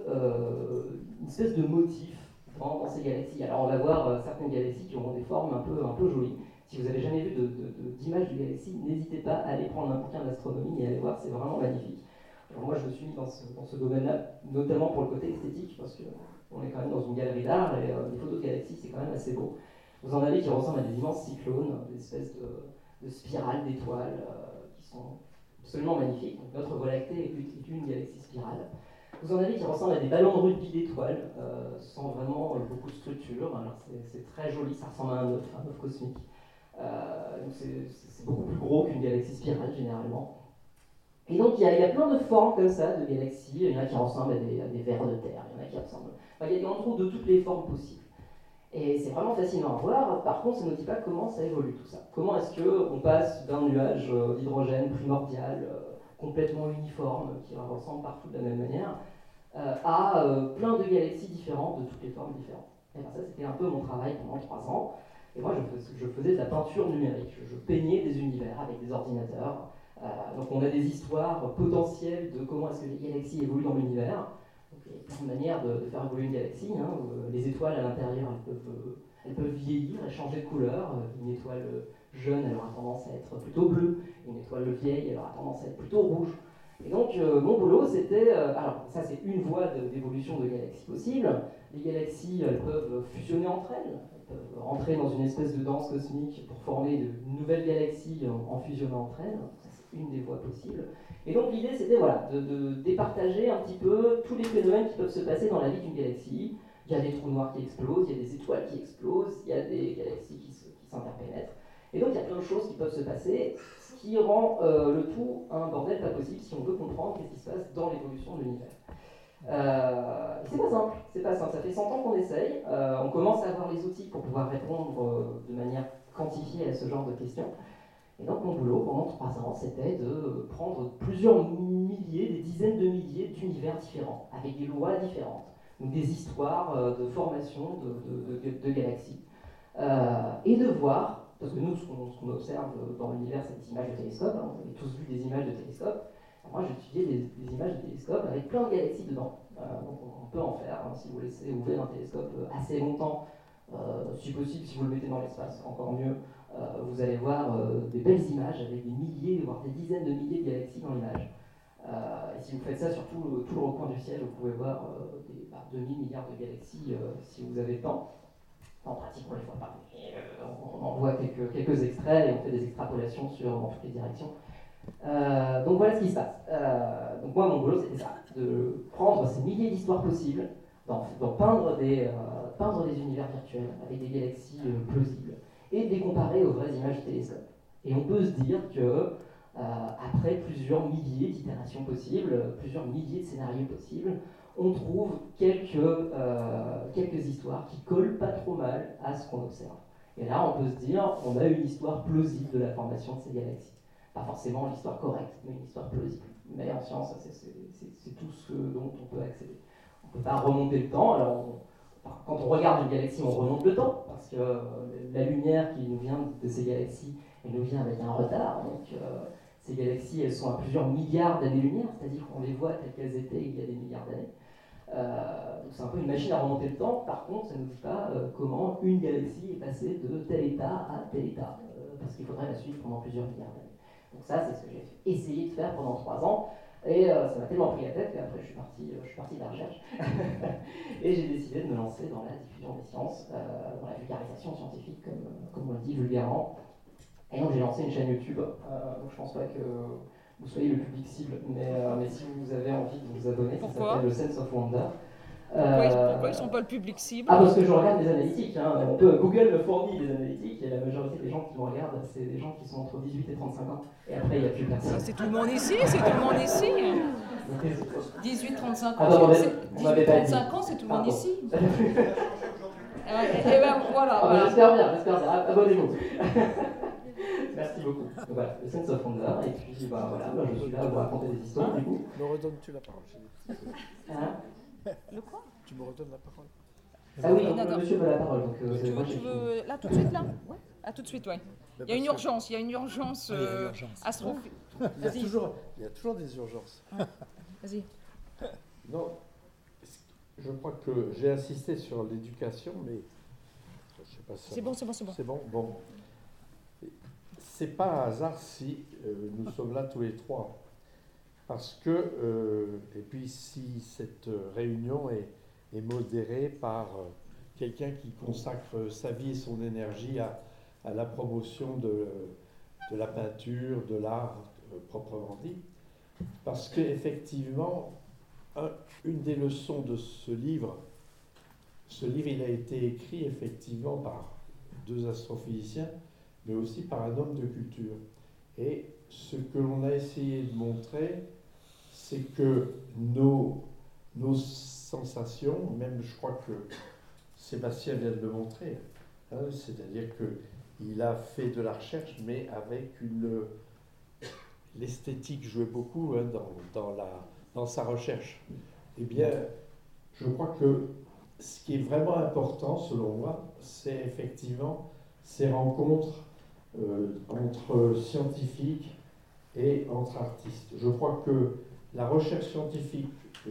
une espèce de motif dans ces galaxies. Alors on va voir certaines galaxies qui ont des formes un peu jolies. Si vous n'avez jamais vu d'image de galaxies, n'hésitez pas à aller prendre un bouquin d'astronomie et aller voir, c'est vraiment magnifique. Alors moi je me suis mis dans ce domaine-là, notamment pour le côté esthétique, parce qu'on est quand même dans une galerie d'art et les photos de galaxies c'est quand même assez beau. Vous en avez qui ressemblent à des immenses cyclones, des espèces de spirales d'étoiles qui sont absolument magnifiques. Donc notre Voie lactée est une galaxie spirale. Vous en avez qui ressemblent à des ballons de rugby d'étoiles, sans vraiment beaucoup de structure. Alors c'est très joli, ça ressemble à un œuf cosmique. Donc c'est beaucoup plus gros qu'une galaxie spirale généralement. Et donc il y a plein de formes comme ça de galaxies, il y en a qui ressemblent à des vers de terre, il y en a qui ressemblent... Enfin, il y a en gros de toutes les formes possibles. Et c'est vraiment fascinant à voir. Par contre, ça ne nous dit pas comment ça évolue tout ça. Comment est-ce qu'on passe d'un nuage d'hydrogène primordial, complètement uniforme, qui ressemble partout de la même manière, à plein de galaxies différentes, de toutes les formes différentes. Et bien ça, c'était un peu mon travail pendant 3 ans. Et moi, je faisais de la peinture numérique. Je peignais des univers avec des ordinateurs. Donc on a des histoires potentielles de comment est-ce que les galaxies évoluent dans l'univers. Il y a plein de manières de faire évoluer une galaxie. Hein. Les étoiles à l'intérieur, elles peuvent vieillir et changer de couleur. Une étoile jeune, elle aura tendance à être plutôt bleue. Une étoile vieille, elle aura tendance à être plutôt rouge. Et donc mon boulot, c'était... alors ça, c'est une voie d'évolution de galaxies possibles. Les galaxies, elles peuvent fusionner entre elles. Elles peuvent rentrer dans une espèce de danse cosmique pour former de nouvelles galaxies en fusionnant entre elles. Ça, c'est une des voies possibles. Et donc l'idée, c'était voilà, de départager un petit peu tous les phénomènes qui peuvent se passer dans la vie d'une galaxie. Il y a des trous noirs qui explosent, il y a des étoiles qui explosent, il y a des galaxies qui s'interpénètrent. Et donc il y a plein de choses qui peuvent se passer, ce qui rend le tout un bordel pas possible si on veut comprendre ce qui se passe dans l'évolution de l'univers. C'est pas simple, ça fait 100 ans qu'on essaye, on commence à avoir les outils pour pouvoir répondre de manière quantifiée à ce genre de questions. Et donc mon boulot pendant 3 ans, c'était de prendre plusieurs milliers, des dizaines de milliers d'univers différents, avec des lois différentes, donc des histoires de formation de galaxies, et de voir, parce que nous, ce qu'on observe dans l'univers, c'est des images de télescope, hein, vous avez tous vu des images de télescope. Moi, j'étudiais des images de télescope avec plein de galaxies dedans. Donc on peut en faire, hein, si vous laissez ouvrir un télescope assez longtemps, si possible, si vous le mettez dans l'espace, encore mieux, vous allez voir des belles images avec des milliers, voire des dizaines de milliers de galaxies dans l'image. Et si vous faites ça sur tout le recoin du ciel, vous pouvez voir 2000 milliards de galaxies si vous avez le temps. En pratique, on ne les voit pas. Et, on en voit quelques extraits et on fait des extrapolations dans toutes les directions. Donc voilà ce qui se passe. Donc moi, mon boulot, c'était ça, de prendre ces milliers d'histoires possibles, d'en peindre des univers virtuels avec des galaxies plausibles, et de les comparer aux vraies images de télescope. Et on peut se dire que après plusieurs milliers d'itérations possibles, plusieurs milliers de scénarios possibles, on trouve quelques histoires qui collent pas trop mal à ce qu'on observe. Et là, on peut se dire, on a une histoire plausible de la formation de ces galaxies. Pas forcément l'histoire correcte, mais une histoire plausible. Mais en science, c'est tout ce dont on peut accéder. On ne peut pas remonter le temps. Alors, quand on regarde une galaxie, on remonte le temps, parce que la lumière qui nous vient de ces galaxies, elle nous vient avec un retard. Donc, ces galaxies, elles sont à plusieurs milliards d'années-lumière, c'est-à-dire qu'on les voit telles qu'elles étaient il y a des milliards d'années. Donc c'est un peu une machine à remonter le temps. Par contre, ça ne nous dit pas comment une galaxie est passée de tel état à tel état, parce qu'il faudrait la suivre pendant plusieurs milliards d'années. Donc ça, c'est ce que j'ai essayé de faire pendant 3 ans, et ça m'a tellement pris la tête qu'après je suis parti de la recherche, et j'ai décidé de me lancer dans la diffusion des sciences, dans la vulgarisation scientifique, comme on le dit vulgairement. Et donc j'ai lancé une chaîne YouTube, donc je pense pas que vous soyez le public cible, mais si vous avez envie de vous abonner, ça s'appelle le Sense of Wonder. Pourquoi ils ne sont pas le public cible? Parce que je regarde les analytiques. Hein. Google me fournit des analytiques et la majorité des gens qui me regardent, c'est des gens qui sont entre 18 et 35 ans. Et après, il n'y a plus personne. C'est tout le monde ici, c'est tout le monde ici. 18-35 ans, c'est tout le monde ici. Et ben voilà. J'espère bien. Abonnez-vous. Merci beaucoup. Donc, voilà, le Sense of Wonder. Et puis je suis là pour raconter des histoires. Du coup. Me redonnes-tu la parole? Le quoi? Tu me redonnes la parole? Ah oui, donc, monsieur veut la parole. Donc, tu veux là tout de suite là? Ouais. À tout de suite, ouais. Il y a une urgence, astrophysique. Il y a toujours des urgences. Ouais. Vas-y. Non, je crois que j'ai insisté sur l'éducation, mais je sais pas si c'est bon. C'est bon. Bon. C'est pas un hasard si nous sommes là tous les trois. Parce que, et puis si cette réunion est modérée par quelqu'un qui consacre sa vie et son énergie à la promotion de la peinture, de l'art proprement dit, parce qu'effectivement, une des leçons de ce livre, il a été écrit effectivement par 2 astrophysiciens, mais aussi par un homme de culture. Et ce que l'on a essayé de montrer, c'est que nos sensations, même je crois que Sébastien vient de le montrer, hein, c'est-à-dire qu'il a fait de la recherche, mais avec l'esthétique jouait beaucoup hein, dans sa recherche. Eh bien, je crois que ce qui est vraiment important, selon moi, c'est effectivement ces rencontres entre scientifiques et entre artistes. Je crois que la recherche scientifique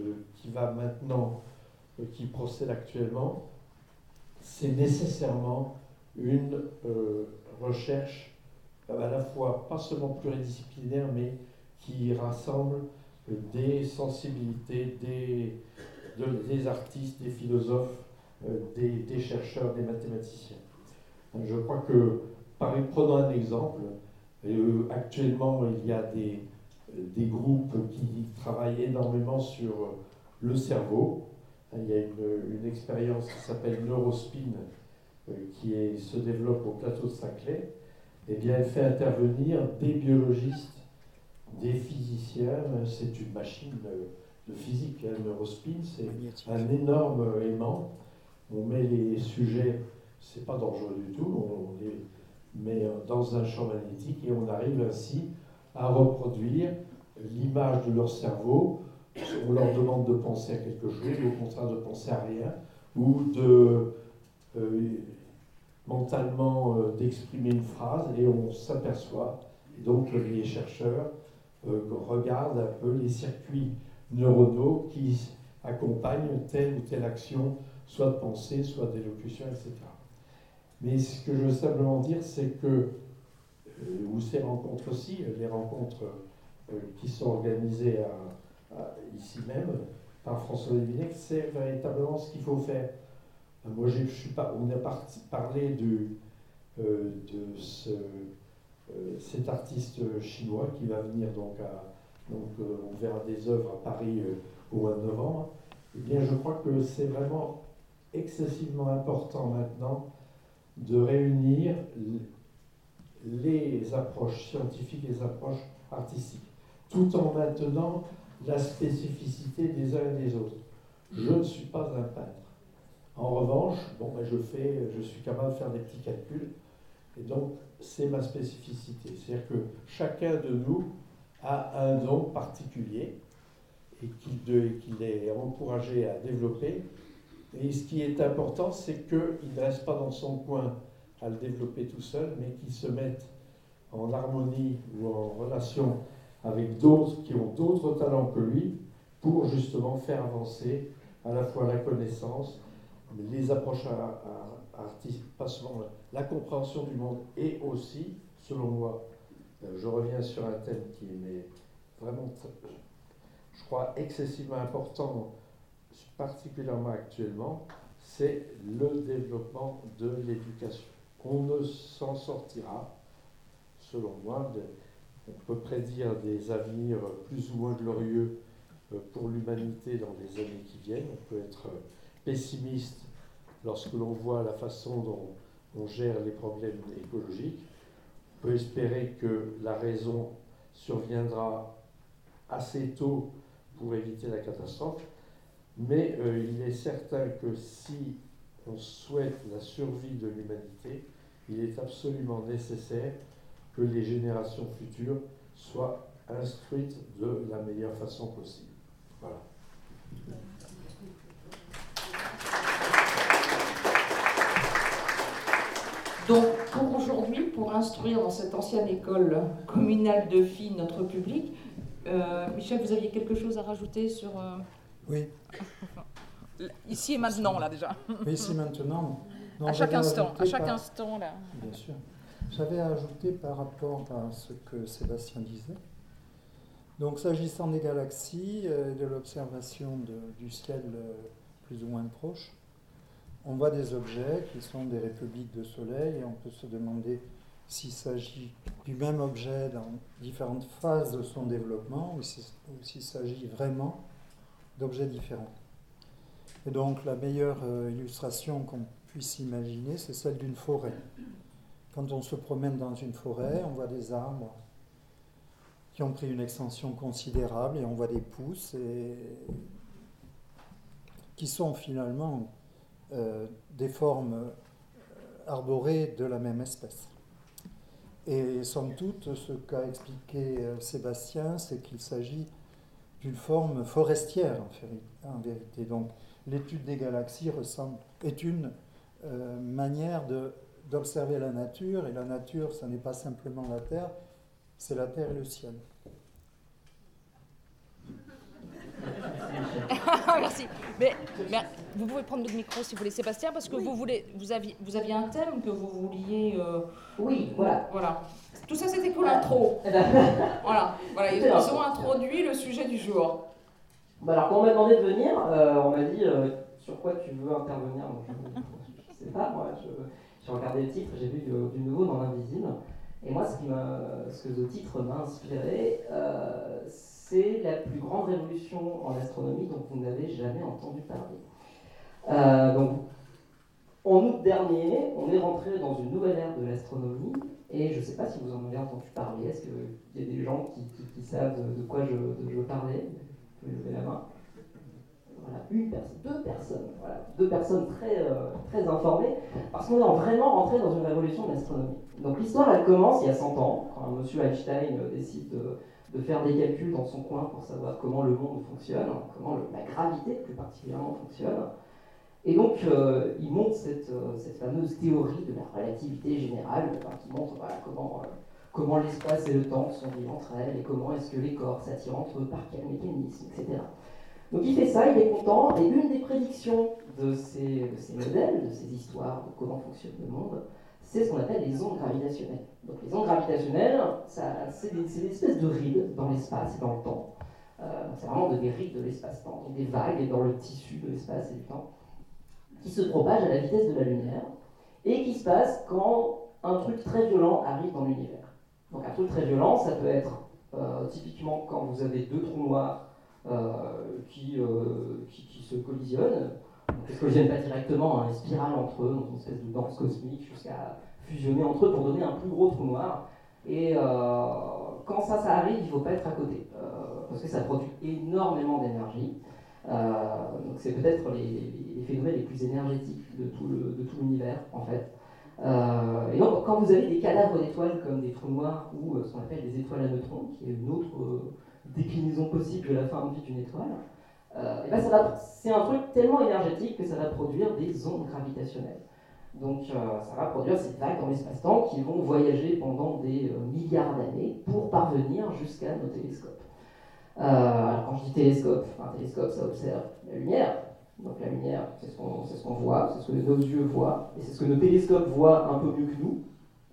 qui procède actuellement, c'est nécessairement une recherche à la fois pas seulement pluridisciplinaire, mais qui rassemble des sensibilités, des artistes, des philosophes, des chercheurs, des mathématiciens. Je crois que, prenons un exemple, actuellement il y a des groupes qui travaillent énormément sur le cerveau. Il y a une expérience qui s'appelle Neurospin qui se développe au plateau de Saclay. Eh bien, elle fait intervenir des biologistes, des physiciens. C'est une machine de physique. Neurospin, c'est un énorme aimant. On met les sujets, c'est pas dangereux du tout, on les met dans un champ magnétique et on arrive ainsi à reproduire l'image de leur cerveau. On leur demande de penser à quelque chose, ou au contraire de penser à rien, ou de mentalement d'exprimer une phrase, et on s'aperçoit, et donc les chercheurs regardent un peu les circuits neuronaux qui accompagnent telle ou telle action, soit de pensée, soit d'élocution, etc. Mais ce que je veux simplement dire, c'est que, ou ces rencontres aussi, les rencontres qui sont organisées ici même par François Lévesque, c'est véritablement ce qu'il faut faire. Moi, on a parlé de cet artiste chinois qui va venir on verra des œuvres à Paris au mois de novembre. Eh bien, je crois que c'est vraiment excessivement important maintenant de réunir les approches scientifiques et les approches artistiques, tout en maintenant la spécificité des uns et des autres. Je ne suis pas un peintre. En revanche, je suis capable de faire des petits calculs, et donc c'est ma spécificité. C'est-à-dire que chacun de nous a un don particulier et qu'il est encouragé à développer. Et ce qui est important, c'est qu'il ne reste pas dans son coin à le développer tout seul, mais qu'il se mette en harmonie ou en relation avec d'autres qui ont d'autres talents que lui pour justement faire avancer à la fois la connaissance, les approches artistiques, pas seulement la compréhension du monde, et aussi, selon moi, je reviens sur un thème qui est vraiment, je crois, excessivement important, particulièrement actuellement, c'est le développement de l'éducation. On ne s'en sortira, selon moi, on peut prédire des avenirs plus ou moins glorieux pour l'humanité dans les années qui viennent. On peut être pessimiste lorsque l'on voit la façon dont on gère les problèmes écologiques. On peut espérer que la raison surviendra assez tôt pour éviter la catastrophe, mais il est certain que si on souhaite la survie de l'humanité, il est absolument nécessaire que les générations futures soient instruites de la meilleure façon possible. Voilà. Donc, pour aujourd'hui, pour instruire dans cette ancienne école communale de filles notre public, Michel, vous aviez quelque chose à rajouter sur... Oui. Ici et maintenant, là, déjà. Oui, ici maintenant. Non, à chaque instant, là. Bien sûr. J'avais ajouté par rapport à ce que Sébastien disait. Donc, s'agissant des galaxies et de l'observation du ciel plus ou moins proche, on voit des objets qui sont des républiques de soleil et on peut se demander s'il s'agit du même objet dans différentes phases de son développement ou s'il s'agit vraiment d'objets différents. Et donc la meilleure illustration qu'on puisse imaginer, c'est celle d'une forêt. Quand on se promène dans une forêt, on voit des arbres qui ont pris une extension considérable, et on voit des pousses, et qui sont finalement des formes arborées de la même espèce. Et somme toute, ce qu'a expliqué Sébastien, c'est qu'il s'agit d'une forme forestière en vérité. Donc l'étude des galaxies est une manière d'observer la nature, et la nature, ce n'est pas simplement la Terre, c'est la Terre et le ciel. Merci. Mais vous pouvez prendre le micro si vous voulez, Sébastien, parce que oui. vous aviez un thème que vous vouliez... Oui, voilà. Tout ça, c'était pour l'intro. Voilà, ils ont introduit le sujet du jour. Alors, quand on m'a demandé de venir, on m'a dit sur quoi tu veux intervenir. Donc, je sais pas, moi, j'ai regardé le titre, j'ai vu du nouveau dans l'invisible. Et moi, ce que le titre m'a inspiré, c'est la plus grande révolution en astronomie dont vous n'avez jamais entendu parler. Donc, en août dernier, on est rentré dans une nouvelle ère de l'astronomie, et je ne sais pas si vous en avez entendu parler. Est-ce qu'il y a des gens qui savent de quoi je veux parler? Vous pouvez lever la main. Voilà, deux personnes très informées, parce qu'on est vraiment rentré dans une révolution de l'astronomie. Donc l'histoire, elle commence il y a 100 ans, quand un monsieur Einstein décide de faire des calculs dans son coin pour savoir comment le monde fonctionne, comment la gravité plus particulièrement fonctionne. Et donc il montre cette fameuse théorie de la relativité générale, qui montre comment l'espace et le temps sont liés entre elles, et comment est-ce que les corps s'attirent entre eux, par quel mécanisme, etc. Donc il fait ça, il est content, et une des prédictions de ces modèles, de ces histoires, de comment fonctionne le monde, c'est ce qu'on appelle les ondes gravitationnelles. Donc les ondes gravitationnelles, c'est des espèces de rides dans l'espace et dans le temps. C'est vraiment des rides de l'espace-temps, donc des vagues dans le tissu de l'espace et du temps, qui se propagent à la vitesse de la lumière, et qui se passent quand un truc très violent arrive dans l'univers. Donc un truc très violent, ça peut être typiquement quand vous avez deux trous noirs qui se collisionnent. Ils ne se collisionnent pas directement, ils spiralent entre eux dans une espèce de danse cosmique jusqu'à fusionner entre eux pour donner un plus gros trou noir. Et quand ça arrive, il ne faut pas être à côté, parce que ça produit énormément d'énergie. Donc c'est peut-être les phénomènes les plus énergétiques de tout l'univers, en fait. Et donc quand vous avez des cadavres d'étoiles comme des trous noirs ou ce qu'on appelle des étoiles à neutrons, qui est une autre déclinaison possible de la fin de vie d'une étoile, et ben c'est un truc tellement énergétique que ça va produire des ondes gravitationnelles. Donc ça va produire ces vagues dans l'espace-temps qui vont voyager pendant des milliards d'années pour parvenir jusqu'à nos télescopes. Alors quand je dis télescope, un télescope ça observe la lumière. Donc la lumière, c'est ce qu'on voit, c'est ce que nos yeux voient, et c'est ce que nos télescopes voient un peu mieux que nous.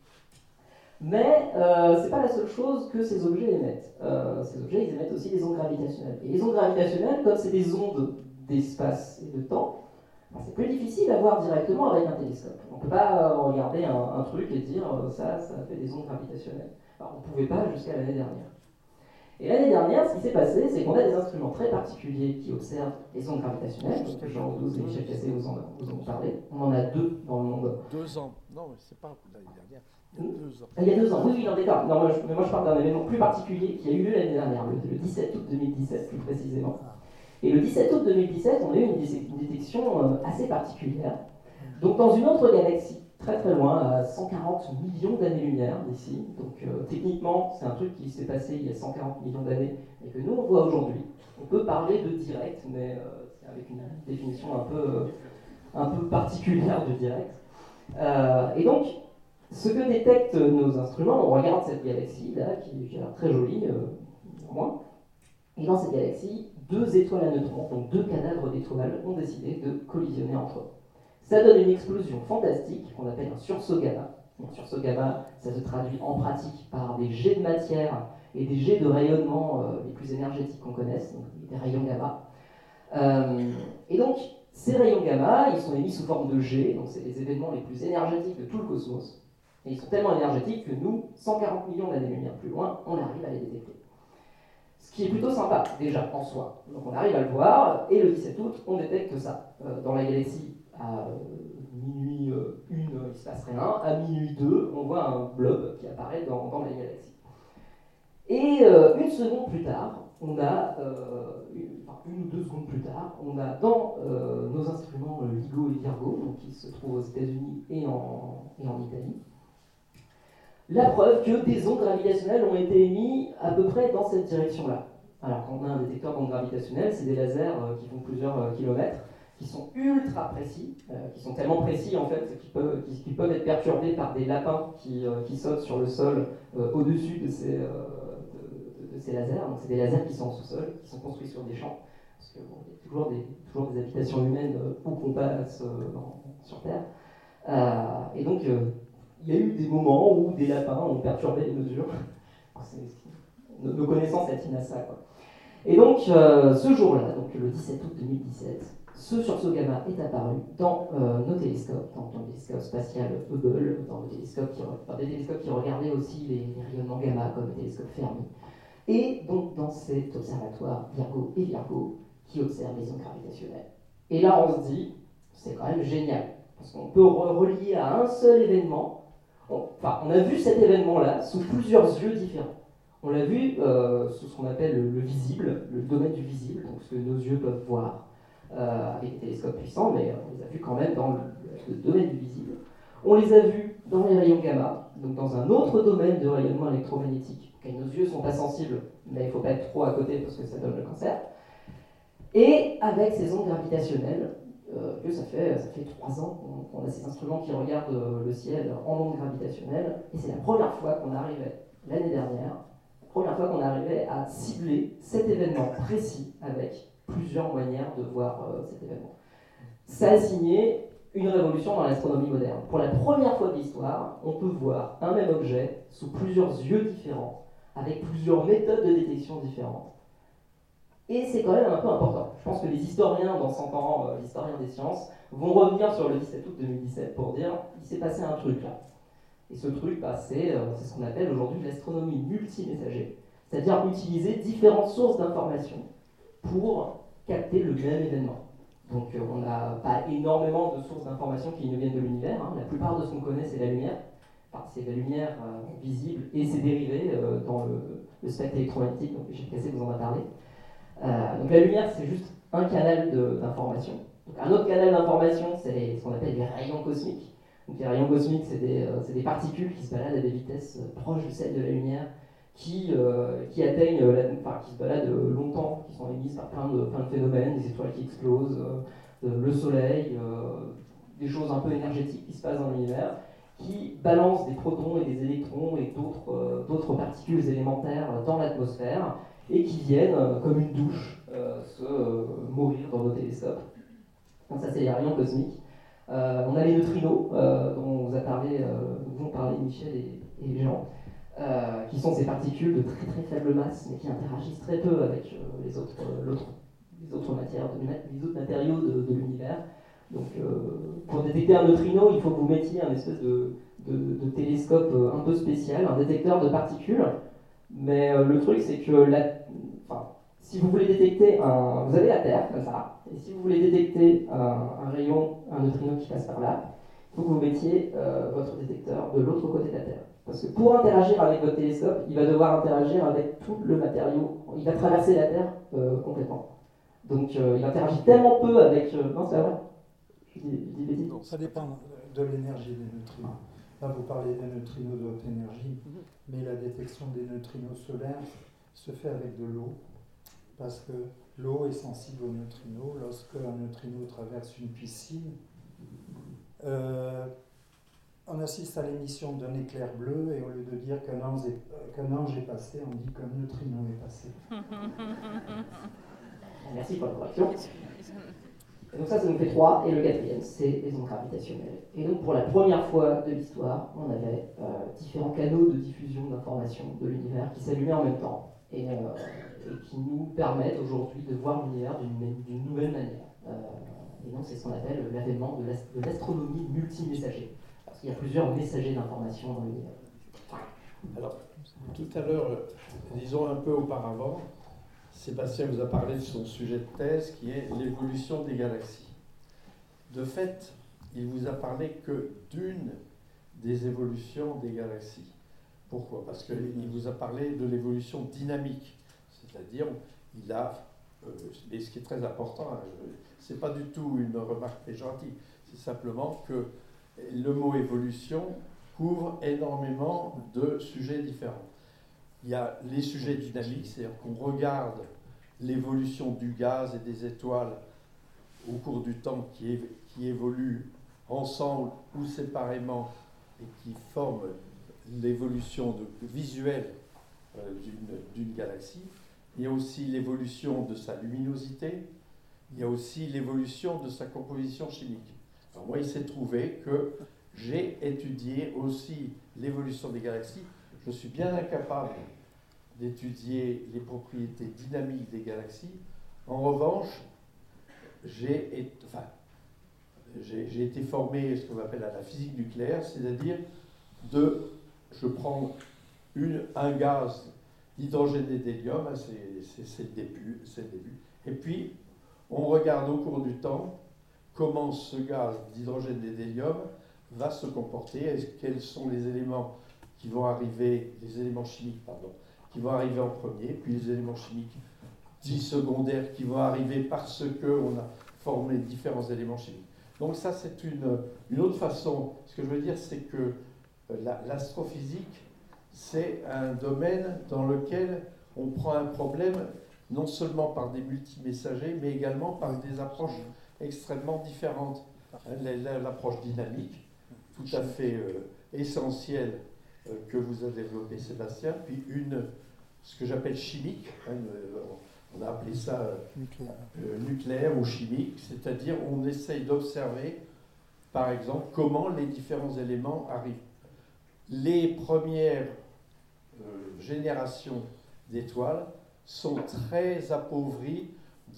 Mais c'est pas la seule chose que ces objets émettent. Ces objets, ils émettent aussi des ondes gravitationnelles. Et les ondes gravitationnelles, comme c'est des ondes d'espace et de temps, c'est plus difficile à voir directement avec un télescope. On ne peut pas regarder un truc et dire ça fait des ondes gravitationnelles. Alors, on ne pouvait pas jusqu'à l'année dernière. Et l'année dernière, ce qui s'est passé, c'est qu'on a des instruments très particuliers qui observent les ondes gravitationnelles. Jean Audouze et Michel Cassé vous en parlé. On en a 2 dans le monde. 2 ans. Non, c'est pas l'année dernière. Il y a 2 ans. Il y a 2 ans, oui, non, d'accord. Non, mais moi je parle d'un événement plus particulier qui a eu lieu l'année dernière, le 17 août 2017 plus précisément. Et le 17 août 2017, on a eu une détection assez particulière. Donc dans une autre galaxie, très très loin, à 140 millions d'années-lumière d'ici. Donc techniquement, c'est un truc qui s'est passé il y a 140 millions d'années et que nous on voit aujourd'hui. On peut parler de direct, mais c'est avec une définition un peu particulière de direct. Et donc, ce que détectent nos instruments, on regarde cette galaxie-là, qui a l'air très jolie, pour moi. Et dans cette galaxie, 2 étoiles à neutrons, donc 2 cadavres d'étoiles, ont décidé de collisionner entre eux. Ça donne une explosion fantastique qu'on appelle un sursaut gamma. Un sursaut gamma, ça se traduit en pratique par des jets de matière et des jets de rayonnement les plus énergétiques qu'on connaisse, donc des rayons gamma. Et donc, ces rayons gamma, ils sont émis sous forme de jets, donc c'est les événements les plus énergétiques de tout le cosmos. Et ils sont tellement énergétiques que nous, 140 millions d'années-lumière plus loin, on arrive à les détecter. Ce qui est plutôt sympa, déjà, en soi. Donc on arrive à le voir, et le 17 août, on détecte ça. Dans la galaxie, à minuit 1, il ne se passe rien. À minuit 2, on voit un blob qui apparaît dans la galaxie. Et une seconde plus tard, on a, une ou deux secondes plus tard, on a dans nos instruments LIGO et Virgo, donc qui se trouvent aux États-Unis et en Italie, la preuve que des ondes gravitationnelles ont été émises à peu près dans cette direction-là. Alors quand on a un détecteur d'ondes gravitationnelles, c'est des lasers qui font plusieurs kilomètres, qui sont ultra précis, qui sont tellement précis en fait qu'ils peuvent être perturbés par des lapins qui sautent sur le sol au-dessus de ces lasers. Donc c'est des lasers qui sont en sous-sol, qui sont construits sur des champs, parce qu'il y a toujours des habitations humaines où qu'on passe sur Terre. Et donc il y a eu des moments où des lapins ont perturbé les mesures. Nos connaissances elles tiennent à ça, quoi. Et donc ce jour-là, donc le 17 août 2017, ce sursaut gamma est apparu dans nos télescopes, dans le télescope spatial Hubble, dans des télescopes qui regardaient aussi les rayonnements gamma, comme le télescope Fermi, et donc dans cet observatoire Virgo et Virgo qui observent les ondes gravitationnelles. Et là, on se dit, c'est quand même génial, parce qu'on peut relier à un seul événement. On a vu cet événement-là sous plusieurs yeux différents. On l'a vu sous ce qu'on appelle le visible, le domaine du visible, donc ce que nos yeux peuvent voir avec des télescopes puissants, mais on les a vus quand même dans le domaine du visible. On les a vus dans les rayons gamma, donc dans un autre domaine de rayonnement électromagnétique, auquel nos yeux ne sont pas sensibles, mais il ne faut pas être trop à côté parce que ça donne le cancer. Et avec ces ondes gravitationnelles, que ça fait 3 ans qu'on a ces instruments qui regardent le ciel en ondes gravitationnelles, et c'est la première fois qu'on arrivait, l'année dernière, à cibler cet événement précis avec plusieurs manières de voir cet événement. Ça a signé une révolution dans l'astronomie moderne. Pour la première fois de l'histoire, on peut voir un même objet sous plusieurs yeux différents, avec plusieurs méthodes de détection différentes. Et c'est quand même un peu important. Je pense que les historiens, dans 100 ans, les historiens des sciences, vont revenir sur le 17 août 2017 pour dire il s'est passé un truc là. Et ce truc, c'est ce qu'on appelle aujourd'hui l'astronomie multimessager, c'est-à-dire utiliser différentes sources d'informations pour capter le même événement. Donc on n'a pas énormément de sources d'informations qui nous viennent de l'univers. La plupart de ce qu'on connaît, c'est la lumière. C'est la lumière visible et ses dérivés dans le spectre électromagnétique, donc Gilles Cassé vous en a parlé. Donc la lumière, c'est juste un canal d'information. Un autre canal d'information, c'est ce qu'on appelle les rayons cosmiques. Donc les rayons cosmiques, c'est des particules qui se baladent à des vitesses proches de celles de la lumière, qui atteignent, qui se baladent longtemps, qui sont émises par plein de phénomènes, des étoiles qui explosent, le soleil, des choses un peu énergétiques qui se passent dans l'univers, qui balancent des protons et des électrons et d'autres particules élémentaires dans l'atmosphère, et qui viennent, comme une douche, se mourir dans nos télescopes. Donc ça, c'est les rayons cosmiques. On a les neutrinos, dont vont parler Michel et Jean, qui sont ces particules de très très faible masse, mais qui interagissent très peu avec les autres matériaux de l'univers. Donc, pour détecter un neutrino, il faut que vous mettiez un espèce de télescope un peu spécial, un détecteur de particules. Mais le truc, c'est que si vous voulez détecter vous avez la Terre, comme ça, et si vous voulez détecter un rayon, un neutrino qui passe par là, il faut que vous mettiez votre détecteur de l'autre côté de la Terre. Parce que pour interagir avec votre télescope, il va devoir interagir avec tout le matériau. Il va traverser la Terre complètement. Donc il interagit tellement peu avec... Non, c'est vrai. Je dis des bêtises. Ça dépend de l'énergie des neutrinos. Là, vous parlez des neutrinos de haute énergie, mais la détection des neutrinos solaires se fait avec de l'eau, parce que l'eau est sensible aux neutrinos. Lorsque un neutrino traverse une piscine, on assiste à l'émission d'un éclair bleu, et au lieu de dire qu'un ange est passé, on dit qu'un neutrino est passé. Merci pour la correction. Et donc ça nous fait 3, et le 4e, c'est les ondes gravitationnelles. Et donc pour la première fois de l'histoire, on avait différents canaux de diffusion d'informations de l'univers qui s'allumaient en même temps, et qui nous permettent aujourd'hui de voir l'univers d'une nouvelle manière. Et donc c'est ce qu'on appelle l'avènement de l'astronomie multimessager, parce qu'il y a plusieurs messagers d'informations dans l'univers. Alors, tout à l'heure, disons un peu auparavant, Sébastien vous a parlé de son sujet de thèse qui est l'évolution des galaxies. De fait, il vous a parlé que d'une des évolutions des galaxies. Pourquoi? Parce qu'il vous a parlé de l'évolution dynamique, c'est-à-dire il a, et ce qui est très important, hein, c'est pas du tout une remarque péjorative, c'est simplement que le mot évolution couvre énormément de sujets différents. Il y a les sujets dynamiques, c'est-à-dire qu'on regarde l'évolution du gaz et des étoiles au cours du temps qui évoluent ensemble ou séparément et qui forment l'évolution visuelle d'une galaxie. Il y a aussi l'évolution de sa luminosité, il y a aussi l'évolution de sa composition chimique. Alors moi, il s'est trouvé que j'ai étudié aussi l'évolution des galaxies. Je suis bien incapable d'étudier les propriétés dynamiques des galaxies. En revanche, j'ai été formé ce qu'on appelle à la physique nucléaire, c'est-à-dire je prends un gaz d'hydrogène et d'hélium, c'est le début, et puis on regarde au cours du temps comment ce gaz d'hydrogène et d'hélium va se comporter, quels sont les éléments qui vont arriver, les éléments chimiques, pardon, qui vont arriver en premier, puis les éléments chimiques dits secondaires qui vont arriver parce qu'on a formé différents éléments chimiques. Donc ça, c'est une autre façon. Ce que je veux dire, c'est que l'astrophysique, c'est un domaine dans lequel on prend un problème non seulement par des multimessagers, mais également par des approches extrêmement différentes. L'approche dynamique, tout à fait essentielle, que vous avez développée, Sébastien, puis ce que j'appelle chimique, on a appelé ça nucléaire ou chimique, c'est-à-dire on essaye d'observer, par exemple, comment les différents éléments arrivent. Les premières générations d'étoiles sont très appauvries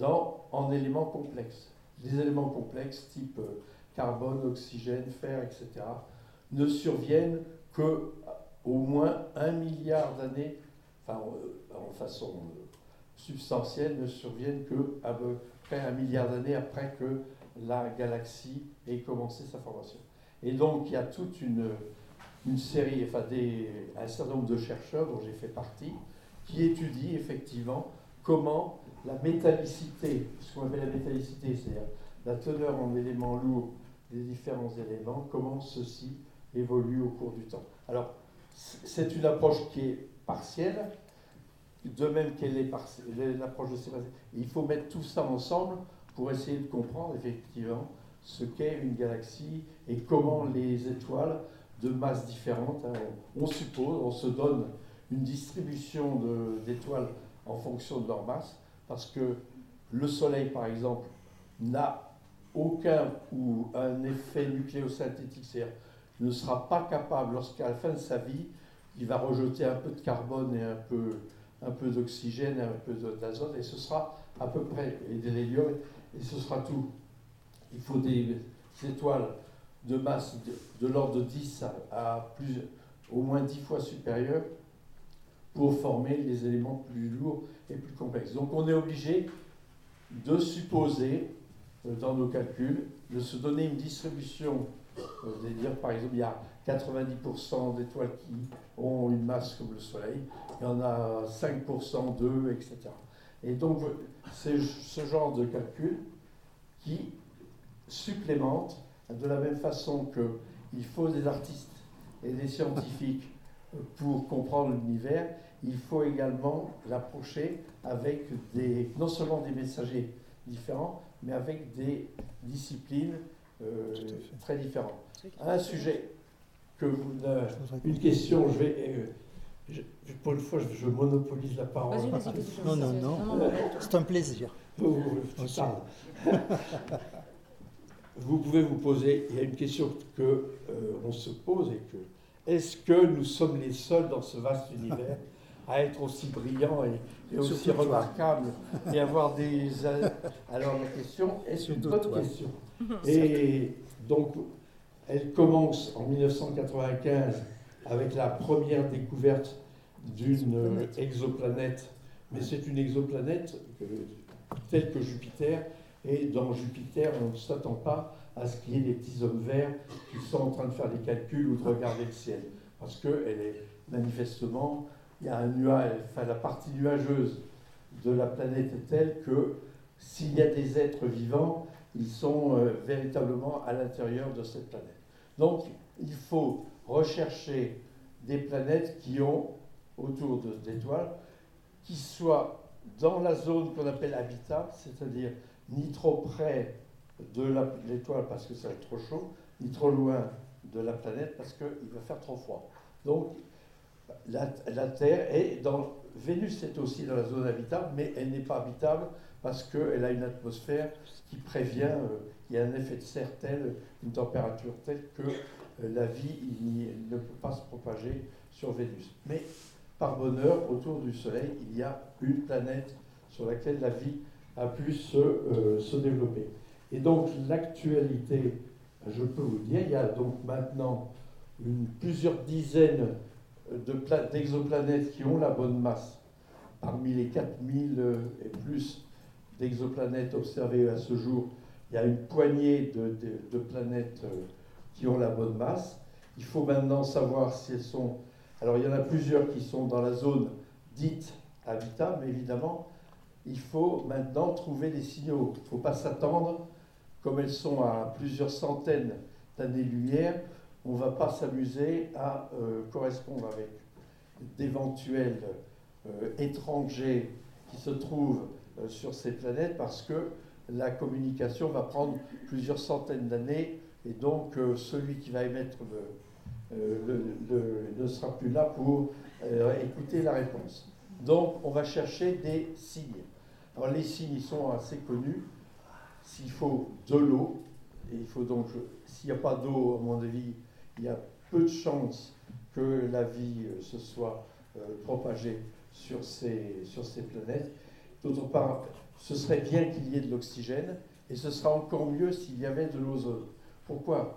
en éléments complexes. Les éléments complexes type carbone, oxygène, fer, etc., ne surviennent qu'au moins 1 milliard d'années, enfin en façon substantielle, ne surviennent qu'à peu près 1 milliard d'années après que la galaxie ait commencé sa formation. Et donc il y a toute une série, un certain nombre de chercheurs dont j'ai fait partie, qui étudient effectivement comment la métallicité, ce qu'on appelle la métallicité, c'est-à-dire la teneur en éléments lourds des différents éléments, comment ceci évolue au cours du temps. Alors, c'est une approche qui est partielle, de même qu'elle est l'approche de Sébastien. Il faut mettre tout ça ensemble pour essayer de comprendre effectivement ce qu'est une galaxie et comment les étoiles de masses différentes, on suppose, on se donne une distribution d'étoiles en fonction de leur masse, parce que le Soleil, par exemple, n'a aucun ou un effet nucléosynthétique, c'est-à-dire ne sera pas capable, lorsqu'à la fin de sa vie, il va rejeter un peu de carbone et un peu d'oxygène et un peu d'azote, et ce sera à peu près, et de l'hélium, et ce sera tout. Il faut des étoiles de masse de l'ordre de 10 à au moins 10 fois supérieures pour former les éléments plus lourds et plus complexes. Donc on est obligé de supposer, dans nos calculs, de se donner une distribution, de dire par exemple il y a 90% d'étoiles qui ont une masse comme le Soleil, il y en a 5% d'eux, etc. Et donc c'est ce genre de calcul qui supplémente, de la même façon qu'il faut des artistes et des scientifiques pour comprendre l'univers, il faut également l'approcher avec non seulement des messagers différents, mais avec des disciplines très différentes. Un sujet une question, pour une fois, je monopolise la parole. Vas-y. Non, c'est un plaisir. Vous pouvez vous poser, il y a une question qu'on se pose, est-ce que nous sommes les seuls dans ce vaste univers à être aussi brillants et aussi remarquables et avoir des... Alors la question est une bonne question. Et donc, elle commence en 1995 avec la première découverte d'une exoplanète, mais c'est une exoplanète telle que Jupiter, et dans Jupiter, on ne s'attend pas à ce qu'il y ait des petits hommes verts qui sont en train de faire des calculs ou de regarder le ciel. parce que elle est manifestement, il y a un nuage, enfin la partie nuageuse de la planète est telle que s'il y a des êtres vivants, ils sont véritablement à l'intérieur de cette planète. Donc, il faut rechercher des planètes qui ont autour d'étoiles, qui soient dans la zone qu'on appelle habitat, c'est-à-dire ni trop près de l'étoile parce que ça va être trop chaud, ni trop loin de la planète parce qu'il va faire trop froid. Donc, la Terre est dans... Vénus est aussi dans la zone habitable, mais elle n'est pas habitable parce qu'elle a une atmosphère qui prévient, il y a un effet de serre tel, une température telle que la vie ne peut pas se propager sur Vénus. Mais par bonheur, autour du Soleil, il y a une planète sur laquelle la vie a pu se développer. Et donc l'actualité, je peux vous dire, il y a donc maintenant plusieurs dizaines d'exoplanètes qui ont la bonne masse. Parmi les 4000 et plus d'exoplanètes observées à ce jour, il y a une poignée de planètes qui ont la bonne masse. Il faut maintenant savoir si elles sont... Alors il y en a plusieurs qui sont dans la zone dite habitable, mais évidemment, il faut maintenant trouver des signaux. Il ne faut pas s'attendre, comme elles sont à plusieurs centaines d'années-lumière, on ne va pas s'amuser à correspondre avec d'éventuels étrangers qui se trouvent sur ces planètes parce que la communication va prendre plusieurs centaines d'années et donc celui qui va émettre ne sera plus là pour écouter la réponse. Donc on va chercher des signes. Alors les signes ils sont assez connus. S'il faut de l'eau, et il faut donc, s'il n'y a pas d'eau, à mon avis, il y a peu de chances que la vie se soit propagée sur ces planètes. D'autre part, ce serait bien qu'il y ait de l'oxygène, et ce sera encore mieux s'il y avait de l'ozone. Pourquoi ?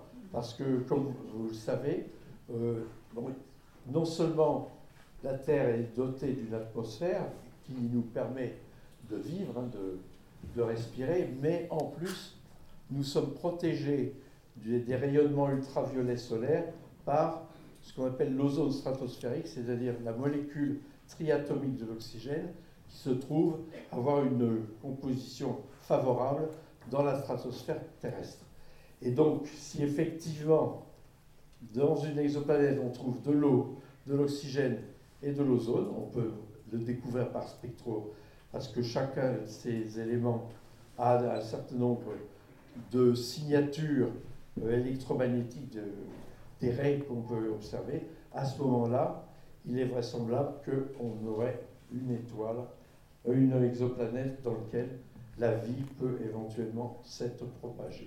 Parce que, comme vous le savez, non seulement la Terre est dotée d'une atmosphère qui nous permet de vivre, de respirer, mais en plus, nous sommes protégés des rayonnements ultraviolets solaires par ce qu'on appelle l'ozone stratosphérique, c'est-à-dire la molécule triatomique de l'oxygène qui se trouve avoir une composition favorable dans la stratosphère terrestre. Et donc, si effectivement, dans une exoplanète, on trouve de l'eau, de l'oxygène et de l'ozone, on peut le découvrir par spectro, parce que chacun de ces éléments a un certain nombre de signatures électromagnétiques des rayons qu'on peut observer. À ce moment-là, il est vraisemblable qu'on aurait une étoile, une exoplanète dans laquelle la vie peut éventuellement s'être propagée.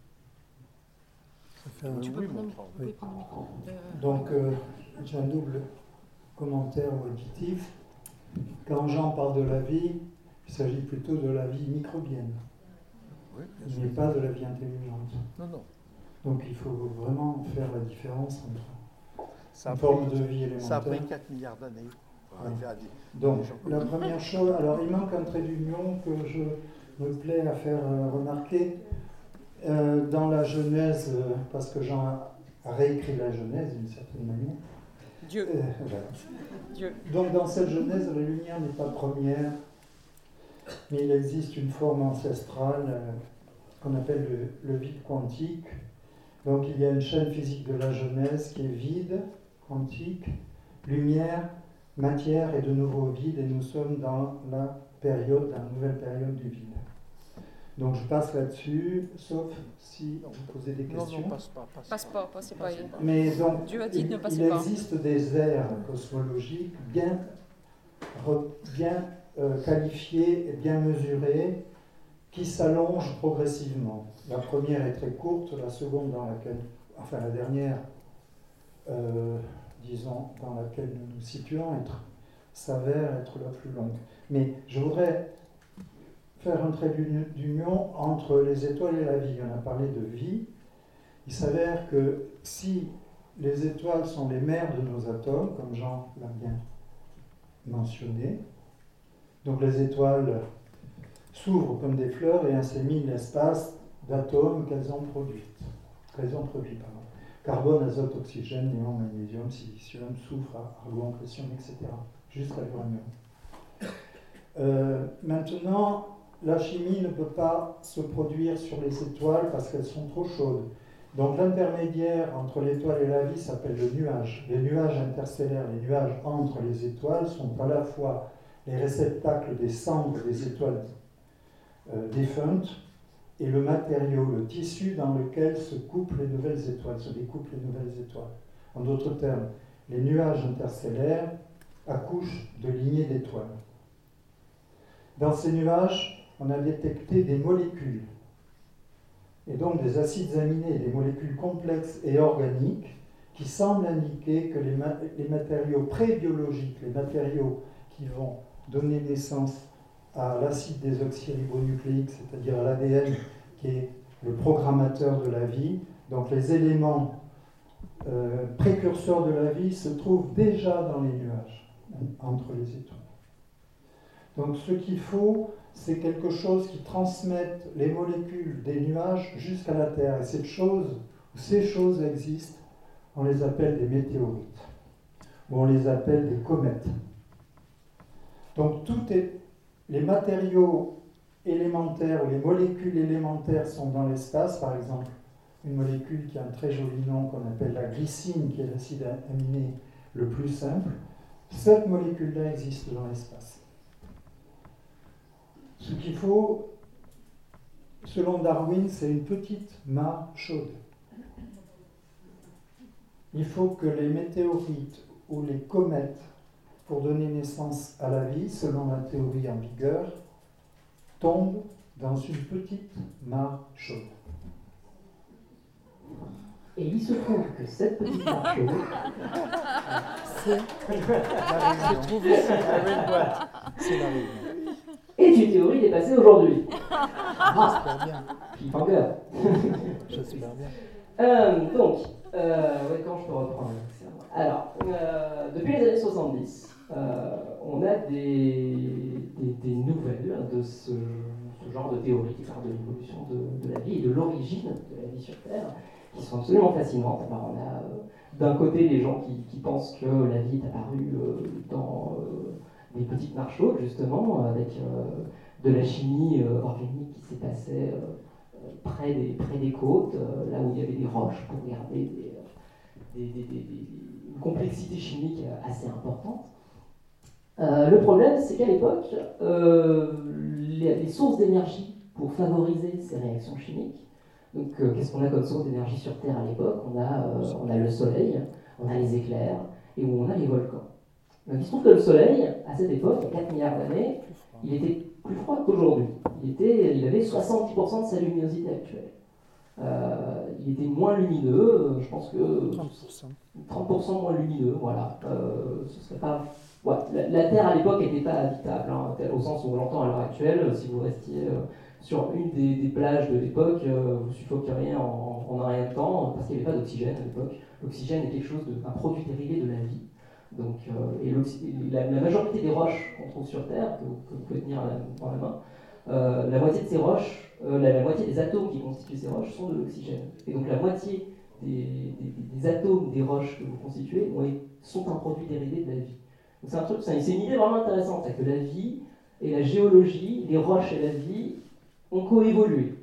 Tu peux oui, prendre le oui. micro. Donc, j'ai un double commentaire auditif. Quand Jean parle de la vie, il s'agit plutôt de la vie microbienne. Oui, Il n'est pas de la vie intelligente. Non, non. Donc il faut vraiment faire la différence entre Ça une forme de vie Ça a pris élémentaire. 4 milliards d'années pour Ouais. arriver à dire. Donc la première chose, alors il manque un trait d'union que je me plais à faire remarquer. Dans la Genèse, parce que Jean a réécrit la Genèse d'une certaine manière. Dieu. Voilà. Dieu. Donc dans cette Genèse, la lumière n'est pas première, mais il existe une forme ancestrale qu'on appelle le vide quantique. Donc il y a une chaîne physique de la Genèse qui est vide, quantique, lumière, matière et de nouveau vide, et nous sommes dans la nouvelle période du vide. Donc je passe là-dessus, sauf si vous posez des questions. Non, passe pas. Passez pas. Mais donc, Dieu a dit ne il passez pas. existe des aires cosmologiques bien qualifiées et bien mesurées qui s'allongent progressivement. La première est très courte, la seconde la dernière, disons, dans laquelle nous nous situons, s'avère être la plus longue. Mais je voudrais faire un trait d'union entre les étoiles et la vie. On a parlé de vie. Il s'avère que si les étoiles sont les mères de nos atomes, comme Jean l'a bien mentionné, donc les étoiles s'ouvrent comme des fleurs et inséminent l'espace d'atomes qu'elles ont produits. carbone, azote, oxygène, néon, magnésium, silicium, soufre, argon, pression, etc. Jusqu'à l'uranium. Maintenant, la chimie ne peut pas se produire sur les étoiles parce qu'elles sont trop chaudes. Donc l'intermédiaire entre l'étoile et la vie s'appelle le nuage. Les nuages interstellaires, les nuages entre les étoiles sont à la fois les réceptacles des cendres des étoiles défuntes et le matériau, le tissu dans lequel se coupent les nouvelles étoiles, se découpent les nouvelles étoiles. En d'autres termes, les nuages interstellaires accouchent de lignées d'étoiles. Dans ces nuages, on a détecté des molécules, et donc des acides aminés, des molécules complexes et organiques, qui semblent indiquer que les matériaux pré-biologiques, les matériaux qui vont donner naissance à l'acide désoxyribonucléique, c'est-à-dire à l'ADN, qui est le programmateur de la vie, donc les éléments précurseurs de la vie se trouvent déjà dans les nuages, entre les étoiles. Donc ce qu'il faut, c'est quelque chose qui transmette les molécules des nuages jusqu'à la Terre. Et cette chose, ou ces choses existent, on les appelle des météorites, ou on les appelle des comètes. Donc les matériaux élémentaires ou les molécules élémentaires sont dans l'espace, par exemple une molécule qui a un très joli nom qu'on appelle la glycine, qui est l'acide aminé le plus simple. Cette molécule-là existe dans l'espace. Ce qu'il faut, selon Darwin, c'est une petite mare chaude. Il faut que les météorites ou les comètes, pour donner naissance à la vie, selon la théorie en vigueur, tombent dans une petite mare chaude. Et il se trouve que cette petite mare chaude... C'est la réunion. est une théorie dépassée aujourd'hui. J'espère bien. Cliffhanger. J'espère bien. Donc, quand je peux reprendre. Alors, depuis les années 70, on a des nouvelles de ce genre de théorie qui parle de l'évolution de la vie et de l'origine de la vie sur Terre, qui sont absolument fascinantes. Alors, on a d'un côté les gens qui pensent que la vie est apparue dans des petites mares chaudes, justement, avec de la chimie organique qui s'est passée près des côtes, là où il y avait des roches pour garder une complexité chimique assez importante. Le problème, c'est qu'à l'époque, les sources d'énergie pour favoriser ces réactions chimiques, donc qu'est-ce qu'on a comme source d'énergie sur Terre à l'époque ? On a le soleil, on a les éclairs, et où on a les volcans. Donc il se trouve que le soleil, à cette époque, il y a 4 milliards d'années, il était plus froid qu'aujourd'hui. Il avait 70% de sa luminosité actuelle. Il était moins lumineux, je pense que 30% moins lumineux, voilà. Ce serait pas... Ouais, la Terre à l'époque n'était pas habitable, hein, au sens où on l'entend à l'heure actuelle. Si vous restiez sur une des plages de l'époque, vous suffoqueriez en un rien de temps, parce qu'il n'y avait pas d'oxygène à l'époque. L'oxygène est quelque chose un produit dérivé de la vie. Donc, la majorité des roches qu'on trouve sur Terre, que vous pouvez tenir dans la main, la moitié de ces roches, la moitié des atomes qui constituent ces roches sont de l'oxygène. Et donc la moitié des atomes des roches que vous constituez sont un produit dérivé de la vie. Donc c'est une idée vraiment intéressante, c'est que la vie et la géologie, les roches et la vie ont coévolué,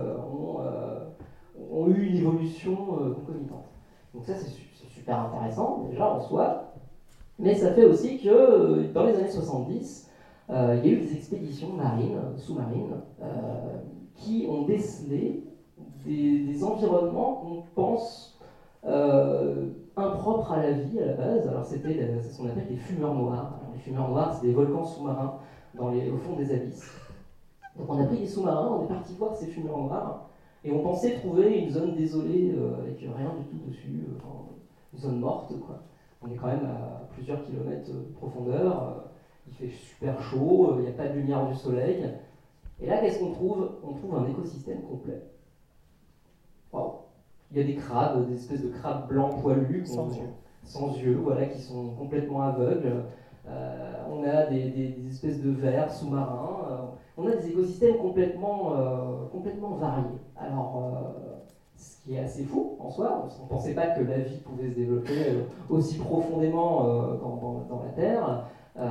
ont eu une évolution concomitante. Donc ça c'est super intéressant déjà en soi. Mais ça fait aussi que dans les années 70, il y a eu des expéditions marines, sous-marines, qui ont décelé des environnements qu'on pense impropres à la vie à la base. Alors c'est ce qu'on appelle des fumeurs noirs. Alors, les fumeurs noirs, c'est des volcans sous-marins au fond des abysses. Donc on a pris des sous-marins, on est parti voir ces fumeurs noirs, et on pensait trouver une zone désolée avec rien du tout dessus, une zone morte, quoi. On est quand même à plusieurs kilomètres de profondeur, il fait super chaud, il n'y a pas de lumière du soleil. Et là, qu'est-ce qu'on trouve ? On trouve un écosystème complet. Wow. Il y a des crabes, des espèces de crabes blancs poilus, sans yeux, voilà, qui sont complètement aveugles. On a des espèces de vers sous-marins. On a des écosystèmes complètement variés. Alors, ce qui est assez fou en soi. On ne pensait pas que la vie pouvait se développer aussi profondément dans la Terre.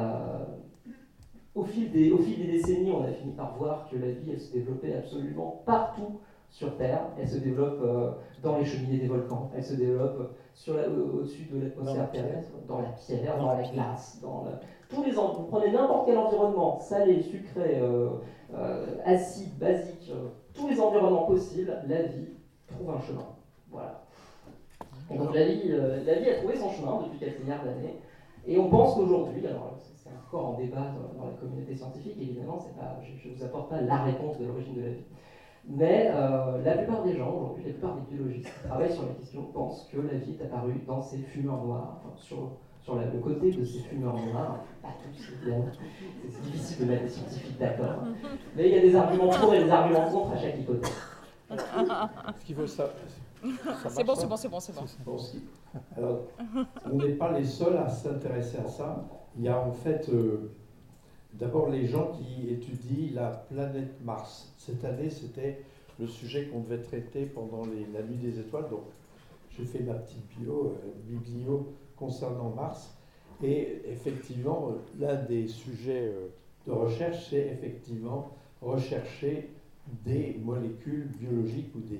Au fil des décennies, on a fini par voir que la vie, elle se développait absolument partout sur Terre. Elle se développe dans les cheminées des volcans, elle se développe au-dessus de l'atmosphère terrestre, dans la pierre, dans la glace, vous prenez n'importe quel environnement, salé, sucré, acide, basique, tous les environnements possibles, la vie trouve un chemin. Voilà. Et donc la vie a trouvé son chemin depuis quelques milliards d'années. Et on pense qu'aujourd'hui, alors c'est encore en débat dans la communauté scientifique, évidemment, je ne vous apporte pas la réponse de l'origine de la vie. Mais la plupart des gens aujourd'hui, la plupart des biologistes qui travaillent sur la question pensent que la vie est apparue dans ces fumeurs noirs, enfin, sur le côté de ces fumeurs noirs. Pas tous, évidemment. C'est difficile de mettre des scientifiques d'accord. Mais il y a des arguments pour et des arguments contre à chaque hypothèse. Ce qu'il faut savoir. C'est bon. Alors, on n'est pas les seuls à s'intéresser à ça. Il y a en fait d'abord les gens qui étudient la planète Mars. Cette année, c'était le sujet qu'on devait traiter pendant la nuit des étoiles. Donc, j'ai fait ma petite biblio concernant Mars. Et effectivement, l'un des sujets de recherche, c'est effectivement rechercher des molécules biologiques ou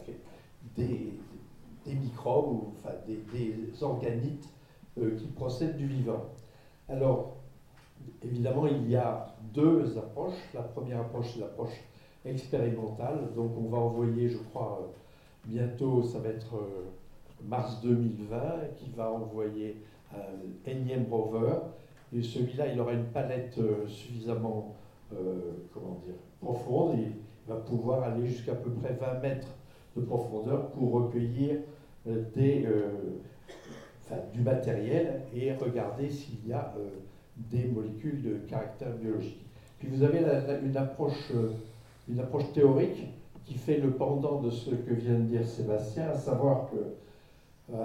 des microbes ou des organites qui procèdent du vivant. Alors, évidemment, il y a deux approches. La première approche, c'est l'approche expérimentale. Donc, on va envoyer, je crois, bientôt, ça va être mars 2020, qui va envoyer un énième rover. Et celui-là, il aura une palette suffisamment profonde. Et il va pouvoir aller jusqu'à peu près 20 mètres de profondeur pour recueillir du matériel et regarder s'il y a des molécules de caractère biologique. Puis vous avez une approche théorique qui fait le pendant de ce que vient de dire Sébastien, à savoir que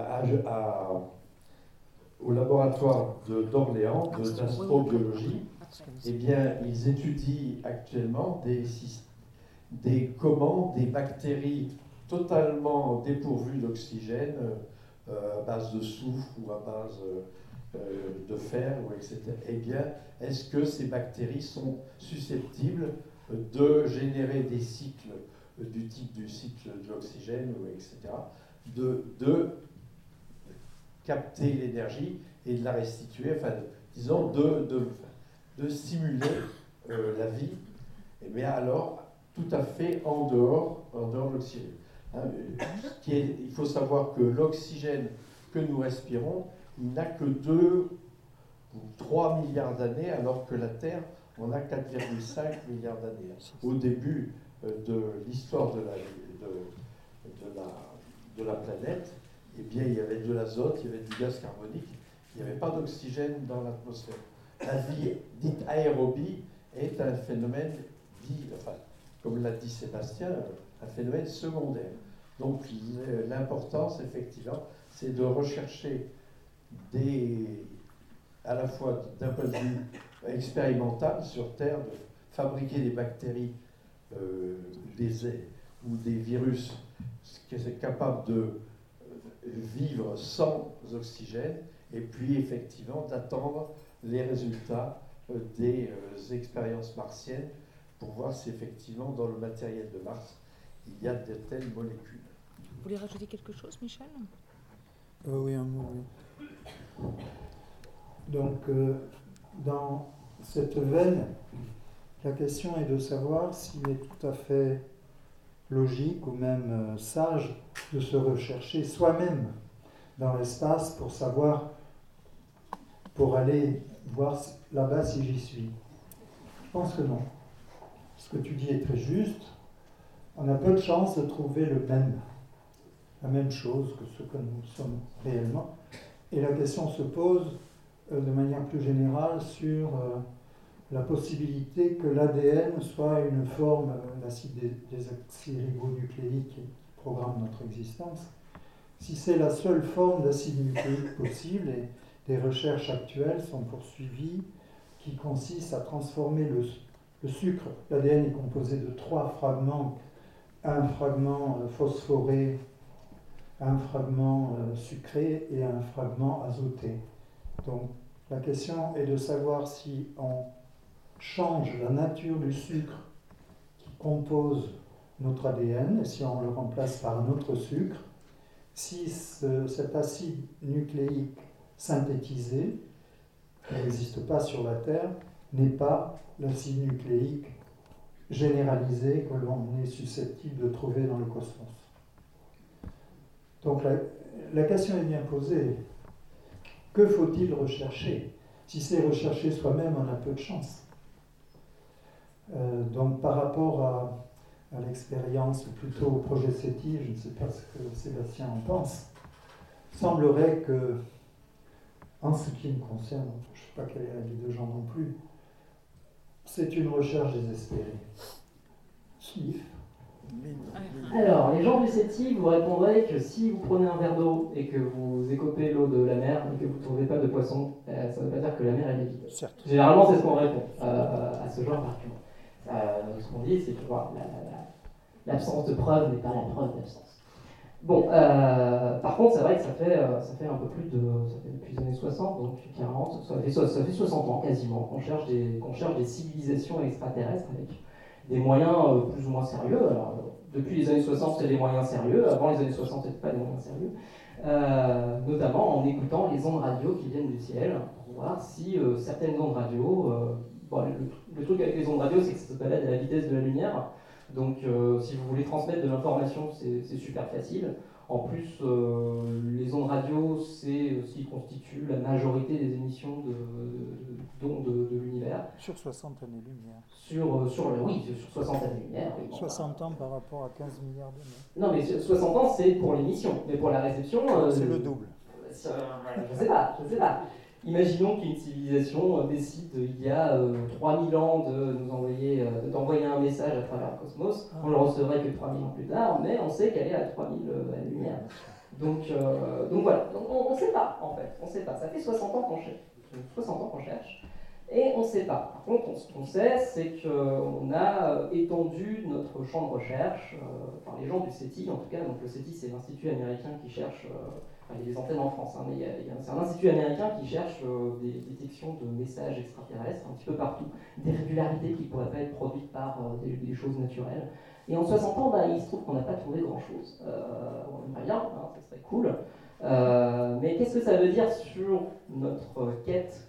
au laboratoire d'Orléans, d'astrobiologie, eh bien, ils étudient actuellement des bactéries totalement dépourvues d'oxygène, à base de soufre ou à base de fer, etc. Eh bien, est-ce que ces bactéries sont susceptibles de générer des cycles du type du cycle de l'oxygène, etc., de capter l'énergie et de la restituer, disons, de simuler la vie, mais alors tout à fait en dehors de l'oxygène. Il faut savoir que l'oxygène que nous respirons, il n'a que 2 ou 3 milliards d'années, alors que la Terre en a 4,5 milliards d'années. Au début de l'histoire de la planète, eh bien, il y avait de l'azote, il y avait du gaz carbonique, il n'y avait pas d'oxygène dans l'atmosphère. La vie dite aérobie est un phénomène comme l'a dit Sébastien, un phénomène secondaire. Donc l'importance, effectivement, c'est de rechercher à la fois d'un point de vue expérimental sur Terre, de fabriquer des bactéries ou des virus qui sont capables de vivre sans oxygène, et puis effectivement d'attendre les résultats des expériences martiennes pour voir si effectivement dans le matériel de Mars il y a de telles molécules. Vous voulez rajouter quelque chose, Michel ? Oui, un mot. Oui. Donc, dans cette veine, la question est de savoir s'il est tout à fait logique ou même sage de se rechercher soi-même dans l'espace pour aller voir là-bas si j'y suis. Je pense que non. Ce que tu dis est très juste. On a peu de chances de trouver la même chose que ce que nous sommes réellement. Et la question se pose de manière plus générale sur la possibilité que l'ADN soit une forme d'acide désoxyribonucléique qui programme notre existence. Si c'est la seule forme d'acide nucléique possible, et des recherches actuelles sont poursuivies qui consistent à transformer le sucre. L'ADN est composé de 3 fragments un fragment phosphoré, un fragment sucré et un fragment azoté. Donc la question est de savoir si on change la nature du sucre qui compose notre ADN, et si on le remplace par un autre sucre, si cet acide nucléique synthétisé, qui n'existe pas sur la Terre, n'est pas l'acide nucléique généralisé que l'on est susceptible de trouver dans le cosmos. Donc la question est bien posée. Que faut-il rechercher? Si c'est rechercher soi-même, on a peu de chance. Donc par rapport à l'expérience, ou plutôt au projet SETI, je ne sais pas ce que Sébastien en pense, semblerait que, en ce qui me concerne, je ne sais pas quel est l'avis de Jean non plus, c'est une recherche désespérée. Sniff. Alors, les gens du SETI vous répondraient que si vous prenez un verre d'eau et que vous écopez l'eau de la mer et que vous ne trouvez pas de poisson, ça ne veut pas dire que la mer elle est vide. Certes. Généralement, c'est ce qu'on répond à ce genre d'argument. Donc, ce qu'on dit, c'est que voilà, l'absence de preuve n'est pas la preuve d'absence. Bon, par contre, c'est vrai que ça fait un peu plus de... Ça fait depuis les années 60, donc 40, ça fait 60 ans quasiment qu'on cherche des civilisations extraterrestres avec des moyens plus ou moins sérieux. Alors, depuis les années 60, c'était des moyens sérieux. Avant les années 60, c'était pas des moyens sérieux. Notamment en écoutant les ondes radio qui viennent du ciel pour voir si certaines ondes radio... le truc avec les ondes radio, c'est que ça se balade à la vitesse de la lumière. Donc, si vous voulez transmettre de l'information, c'est super facile. En plus, les ondes radio, c'est ce qui constitue la majorité des émissions d'ondes de l'univers. Sur 60 années-lumière. Sur 60 années-lumière. Oui, 60 ans par rapport à 15 milliards d'années. Non, mais 60 ans, c'est pour l'émission. Mais pour la réception... c'est le double. Je sais pas. Imaginons qu'une civilisation décide, il y a 3000 ans, d'envoyer un message à travers le cosmos. On le recevrait que 3000 ans plus tard, mais on sait qu'elle est à 3000 années-lumière. Donc voilà, on ne sait pas en fait, on sait pas. Ça fait 60 ans qu'on cherche, et on ne sait pas. Par contre, ce qu'on sait, c'est qu'on a étendu notre champ de recherche, enfin les gens du SETI en tout cas. Donc le SETI, c'est l'institut américain qui cherche... il y a des antennes en France, hein, mais c'est un institut américain qui cherche des détections de messages extraterrestres un petit peu partout, des régularités qui ne pourraient pas être produites par des choses naturelles. Et en 60 ans, il se trouve qu'on n'a pas trouvé grand-chose. On aimerait bien, ça serait cool. Mais qu'est-ce que ça veut dire sur notre quête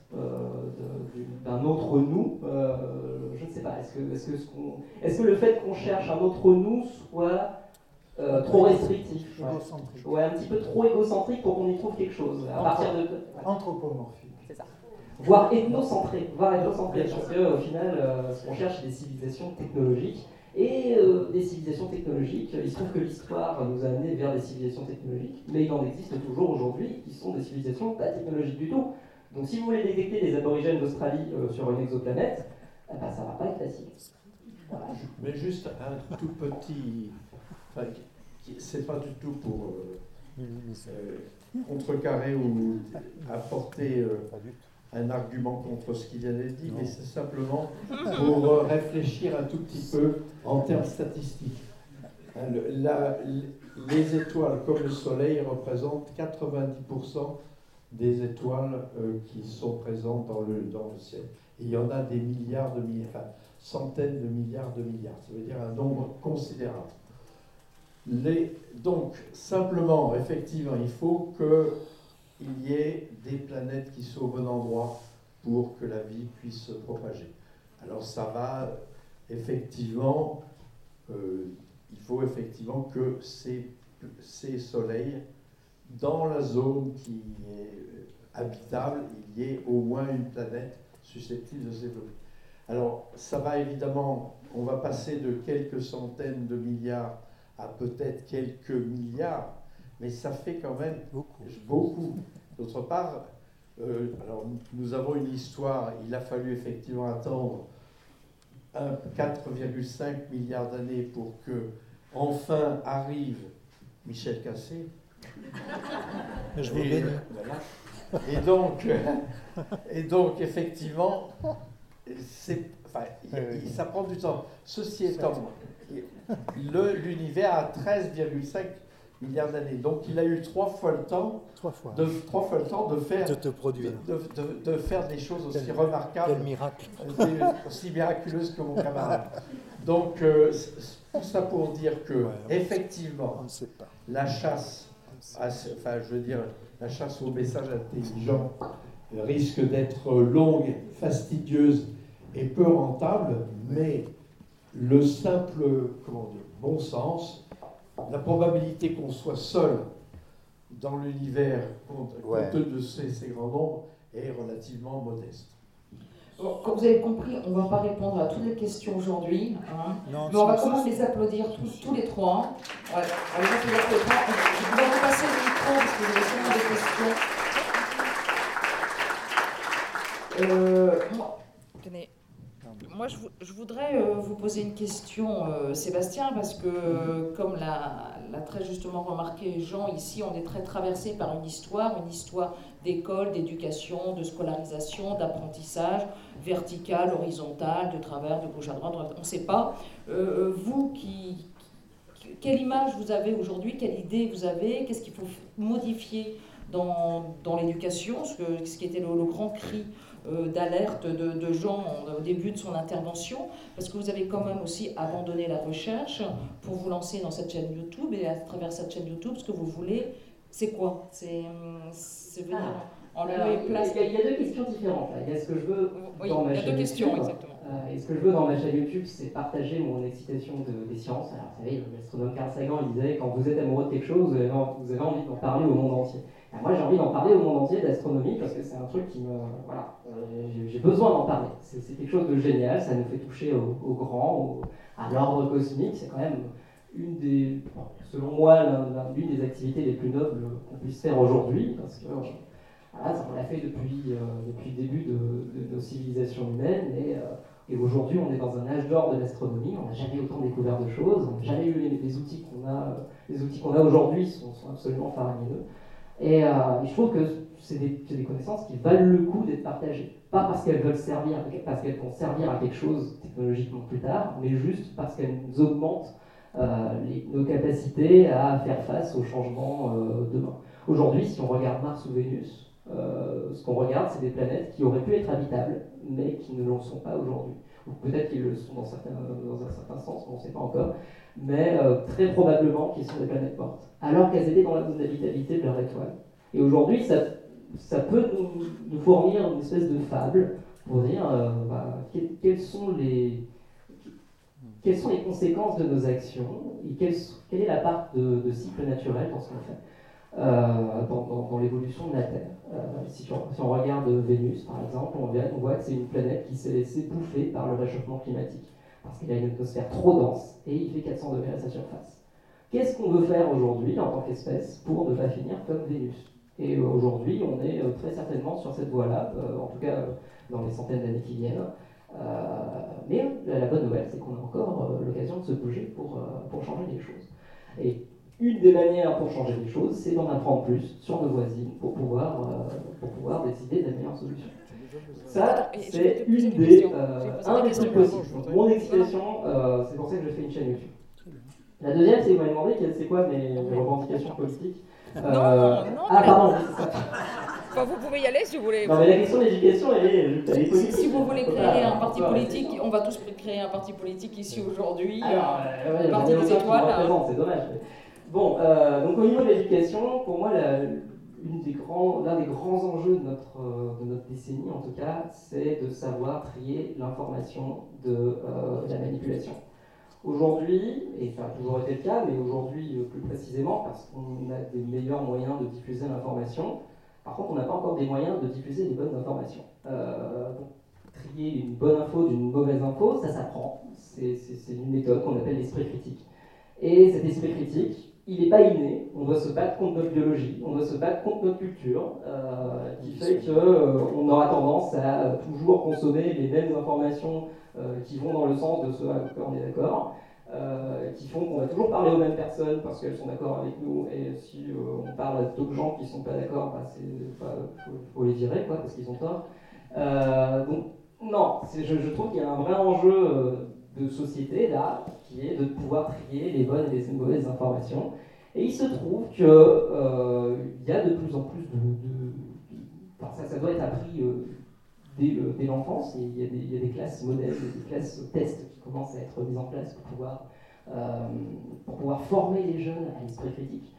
d'un autre nous? Je ne sais pas. Est-ce que le fait qu'on cherche un autre nous soit... trop restrictif, ouais, un petit peu trop égocentrique pour qu'on y trouve quelque chose. À partir de anthropomorphique. C'est ça. Voire ethnocentré, parce qu'au final, ce qu'on cherche, c'est des civilisations technologiques. Et des civilisations technologiques, il se trouve que l'histoire nous a amenés vers des civilisations technologiques, mais il en existe toujours aujourd'hui qui sont des civilisations pas technologiques du tout. Donc si vous voulez détecter les aborigènes d'Australie sur une exoplanète, ça va pas être facile. Voilà. Mais juste un tout petit... Enfin, c'est pas du tout pour contrecarrer ou apporter un argument contre ce qui vient d'être dit, mais c'est simplement pour réfléchir un tout petit peu en termes statistiques. Les étoiles comme le Soleil représentent 90% des étoiles qui sont présentes dans le ciel. Et il y en a des milliards de milliards, enfin centaines de milliards de milliards. Ça veut dire un nombre considérable. Donc, simplement, effectivement, il faut qu'il y ait des planètes qui soient au bon endroit pour que la vie puisse se propager. Alors, ça va effectivement, il faut effectivement que ces soleils, dans la zone qui est habitable, il y ait au moins une planète susceptible de se développer. Alors, ça va évidemment, on va passer de quelques centaines de milliards à peut-être quelques milliards, mais ça fait quand même beaucoup. D'autre part, alors nous avons une histoire, il a fallu effectivement attendre 4,5 milliards d'années pour que enfin arrive Michel Cassé. Je vous l'ai dit. Voilà. Et donc effectivement, enfin, ça prend du temps. Ceci étant, l'univers a 13,5 milliards d'années. Donc il a eu 3 fois le temps de faire, de te produire. De faire des choses aussi remarquables, quel miracle. aussi miraculeuses que mon camarade. Donc tout ça pour dire que effectivement, on ne sait pas. La chasse, la chasse au message intelligent risque d'être longue, fastidieuse et peu rentable, mais le simple, bon sens, la probabilité qu'on soit seul dans l'univers compte de ces grands nombres est relativement modeste. Comme vous avez compris, on ne va pas répondre à toutes les questions aujourd'hui, hein, mais on va quand même les applaudir tous les trois. On va les applaudir tous les trois. On va vous passer le micro parce que vous avez sûrement des questions. Tenez. Moi, je voudrais vous poser une question, Sébastien, parce que, comme l'a très justement remarqué Jean, ici, on est très traversé par une histoire d'école, d'éducation, de scolarisation, d'apprentissage, verticale, horizontale, de travers, de gauche à droite, on ne sait pas. Vous, quelle image vous avez aujourd'hui, quelle idée vous avez, qu'est-ce qu'il faut modifier dans l'éducation, ce qui était le grand cri d'alerte de Jean au début de son intervention, parce que vous avez quand même aussi abandonné la recherche pour vous lancer dans cette chaîne YouTube, et à travers cette chaîne YouTube, ce que vous voulez, c'est quoi? C'est venir en lieu et place. Il y a deux questions différentes là. Il y a ce que je veux dans ma chaîne YouTube. Il y a deux questions, exactement. Et ce que je veux dans ma chaîne YouTube, c'est partager mon excitation des sciences. Alors, vous savez, l'astronome Carl Sagan, il disait, quand vous êtes amoureux de quelque chose, vous avez envie d'en parler au monde entier. Alors moi, j'ai envie d'en parler au monde entier d'astronomie parce que c'est un truc qui me... Voilà, j'ai besoin d'en parler. C'est quelque chose de génial, ça nous fait toucher au grand, à l'ordre cosmique. C'est quand même selon moi, l'une des activités les plus nobles qu'on puisse faire aujourd'hui, parce que voilà, ça, on l'a fait depuis le début de nos civilisations humaines, et aujourd'hui, on est dans un âge d'or de l'astronomie. On n'a jamais autant découvert de choses, on n'a jamais eu les outils qu'on a. Les outils qu'on a aujourd'hui sont absolument faramineux. Et je trouve que c'est des connaissances qui valent le coup d'être partagées. Pas parce qu'elles vont servir à quelque chose technologiquement plus tard, mais juste parce qu'elles nous augmentent nos capacités à faire face aux changements demain. Aujourd'hui, si on regarde Mars ou Vénus, ce qu'on regarde, c'est des planètes qui auraient pu être habitables, mais qui ne le sont pas aujourd'hui. Ou peut-être qu'ils le sont dans un certain sens, on ne sait pas encore, mais très probablement qu'ils sont des planètes mortes, alors qu'elles étaient dans la zone d'habitabilité de leur étoile. Et aujourd'hui, ça peut nous fournir une espèce de fable pour dire quelles sont les conséquences de nos actions et quelle est la part de cycle naturel dans ce qu'on fait. Dans l'évolution de la Terre. Si on regarde Vénus, par exemple, on voit que c'est une planète qui s'est laissée bouffer par le réchauffement climatique, parce qu'il a une atmosphère trop dense et il fait 400 degrés à sa surface. Qu'est-ce qu'on veut faire aujourd'hui en tant qu'espèce pour ne pas finir comme Vénus? Et aujourd'hui, on est très certainement sur cette voie-là, en tout cas dans les centaines d'années qui viennent. Mais la bonne nouvelle, c'est qu'on a encore l'occasion de se bouger pour changer les choses. Et une des manières pour changer les choses, c'est d'en apprendre plus sur nos voisines pour pouvoir décider des meilleures solutions. Ça, c'est un des trucs possibles. Mon excitation, c'est pour ça que je fais une chaîne YouTube. La deuxième, c'est que vous m'avez demandé c'est quoi mes revendications politiques. Pardon, c'est ça. Enfin, vous pouvez y aller si vous voulez. Non, mais la question de l'éducation, elle est politique. Si vous voulez créer un parti politique, on va tous créer un parti politique ici aujourd'hui. Le Parti des Étoiles. C'est dommage. Bon, donc au niveau de l'éducation, pour moi, l'un des grands enjeux de notre décennie, en tout cas, c'est de savoir trier l'information de la manipulation. Aujourd'hui, et ça a toujours été le cas, mais aujourd'hui plus précisément, parce qu'on a des meilleurs moyens de diffuser l'information, par contre, on n'a pas encore des moyens de diffuser les bonnes informations. Trier une bonne info d'une mauvaise info, ça s'apprend. C'est une méthode qu'on appelle l'esprit critique. Et cet esprit critique, il n'est pas inné, on doit se battre contre notre biologie, on doit se battre contre notre culture, qui fait qu'on aura tendance à toujours consommer les mêmes informations qui vont dans le sens de ce à quoi on est d'accord, qui font qu'on va toujours parler aux mêmes personnes parce qu'elles sont d'accord avec nous, et si on parle à d'autres gens qui ne sont pas d'accord, faut les virer parce qu'ils ont tort. Donc Non, je trouve qu'il y a un vrai enjeu de société là, qui est de pouvoir trier les bonnes et les mauvaises informations. Et il se trouve qu'il y a de plus en plus enfin, ça doit être appris dès l'enfance. Il y a des classes modèles, des classes tests qui commencent à être mises en place pour pouvoir former les jeunes à l'esprit critique.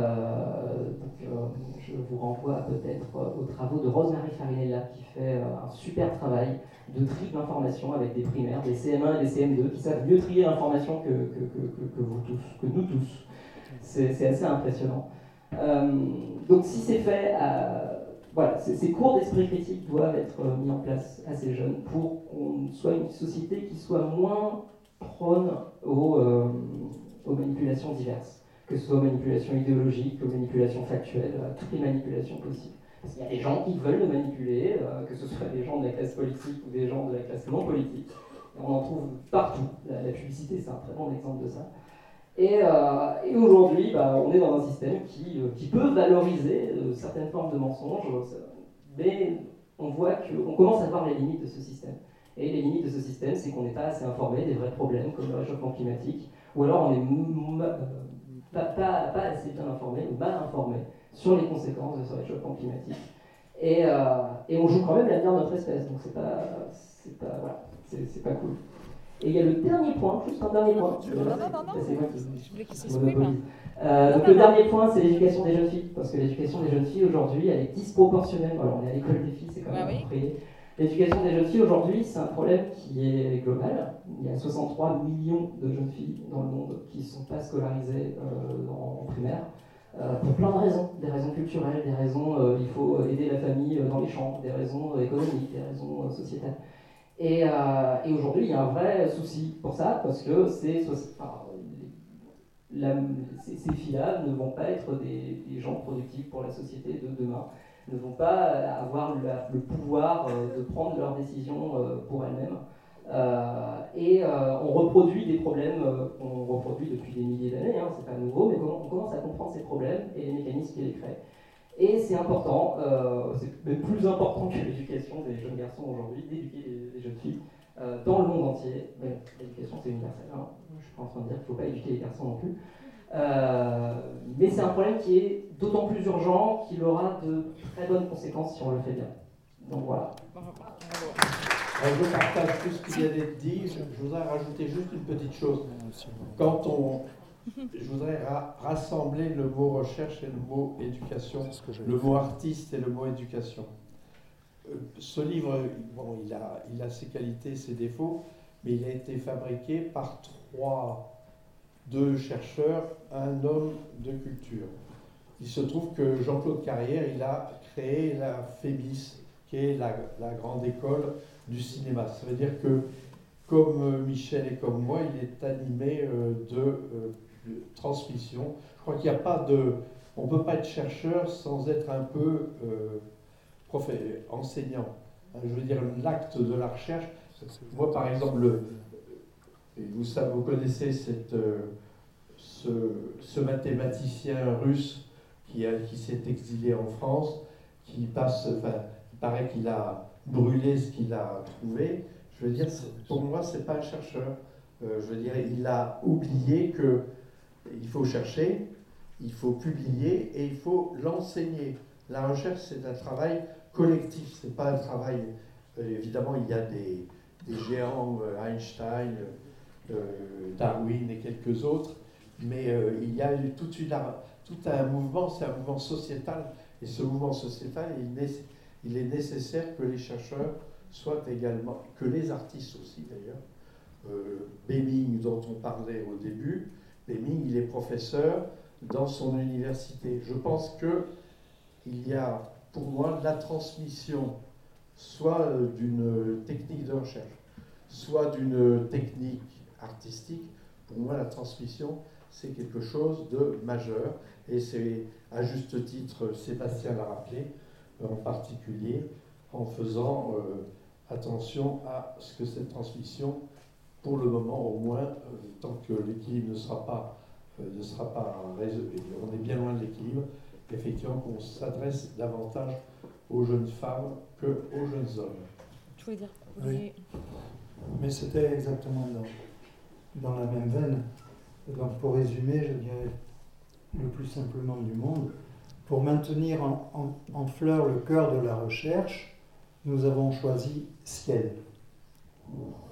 Je vous renvoie peut-être aux travaux de Rosemary Farinella qui fait un super travail de tri de l'information avec des primaires, des CM1 et des CM2 qui savent mieux trier l'information que vous tous, que nous tous. C'est assez impressionnant. Donc si c'est fait, voilà, ces cours d'esprit critique doivent être mis en place assez jeunes pour qu'on soit une société qui soit moins prône aux manipulations diverses, que ce soit aux manipulations idéologiques, aux manipulations factuelles, à toutes les manipulations possibles. Parce qu'il y a des gens qui veulent nous manipuler, que ce soit des gens de la classe politique ou des gens de la classe non politique. Et on en trouve partout. La publicité, c'est un très bon exemple de ça. Et aujourd'hui, on est dans un système qui peut valoriser certaines formes de mensonges, mais on voit qu'on commence à voir les limites de ce système. Et les limites de ce système, c'est qu'on n'est pas assez informé des vrais problèmes comme le réchauffement climatique, ou alors on est pas assez bien informé ou mal informé sur les conséquences de ce réchauffement climatique. Et on joue quand même l'avenir de notre espèce, donc c'est pas cool. Et il y a le dernier point, juste un dernier point. Non. Je voulais qu'il s'exprime. Donc le dernier point, c'est l'éducation des jeunes filles, parce que l'éducation des jeunes filles aujourd'hui, elle est disproportionnelle. Alors, on est à l'école des filles, c'est quand même approprié. L'éducation des jeunes filles aujourd'hui, c'est un problème qui est global. Il y a 63 millions de jeunes filles dans le monde qui ne sont pas scolarisées en primaire, pour plein de raisons. Des raisons culturelles, des raisons il faut aider la famille dans les champs, des raisons économiques, des raisons sociétales. Et aujourd'hui, il y a un vrai souci pour ça, parce que ces filles-là ne vont pas être des gens productifs pour la société de demain, ne vont pas avoir le pouvoir de prendre leurs décisions pour elles-mêmes. On reproduit des problèmes qu'on reproduit depuis des milliers d'années, c'est pas nouveau, mais on commence à comprendre ces problèmes et les mécanismes qui les créent. Et c'est important, c'est même plus important que l'éducation des jeunes garçons aujourd'hui, d'éduquer les jeunes filles dans le monde entier. Mais l'éducation c'est universel, je ne suis pas en train de dire qu'il ne faut pas éduquer les garçons non plus. Mais c'est un problème qui est d'autant plus urgent qu'il aura de très bonnes conséquences si on le fait bien. Donc voilà. Je partage tout ce qui vient d'être dit, je voudrais rajouter juste une petite chose. Je voudrais rassembler le mot recherche et le mot éducation, le mot artiste et le mot éducation. Ce livre, il a ses qualités, ses défauts, mais il a été fabriqué par deux chercheurs, un homme de culture. Il se trouve que Jean-Claude Carrière, il a créé la FEMIS, qui est la grande école du cinéma. Ça veut dire que, comme Michel et comme moi, il est animé de transmission. Je crois qu'il n'y a pas on ne peut pas être chercheur sans être un peu enseignant. Je veux dire, l'acte de la recherche. Moi, par exemple, vous connaissez ce mathématicien russe qui s'est exilé en France, il paraît qu'il a brûlé ce qu'il a trouvé. Je veux dire, pour moi, c'est pas un chercheur. Je veux dire, il a oublié qu'il faut chercher, il faut publier et il faut l'enseigner. La recherche, c'est un travail collectif, c'est pas un travail... évidemment, il y a des géants, Einstein, Darwin et quelques autres, mais il y a tout un mouvement, c'est un mouvement sociétal. Et ce mouvement sociétal, il est nécessaire que les chercheurs soient également, que les artistes aussi d'ailleurs. Beming, dont on parlait au début, Beming, il est professeur dans son université. Je pense qu'il y a, pour moi, la transmission, soit d'une technique de recherche, soit d'une technique artistique. Pour moi, la transmission, c'est quelque chose de majeur. Et c'est, à juste titre, Sébastien l'a rappelé, en particulier, en faisant attention à ce que cette transmission, pour le moment au moins, tant que l'équilibre ne sera pas résolu, on est bien loin de l'équilibre, effectivement qu'on s'adresse davantage aux jeunes femmes qu'aux jeunes hommes. Je voulais dire Oui. Mais c'était exactement dans la même veine. Donc pour résumer, je dirais le plus simplement du monde, pour maintenir en fleur le cœur de la recherche, nous avons choisi ciel.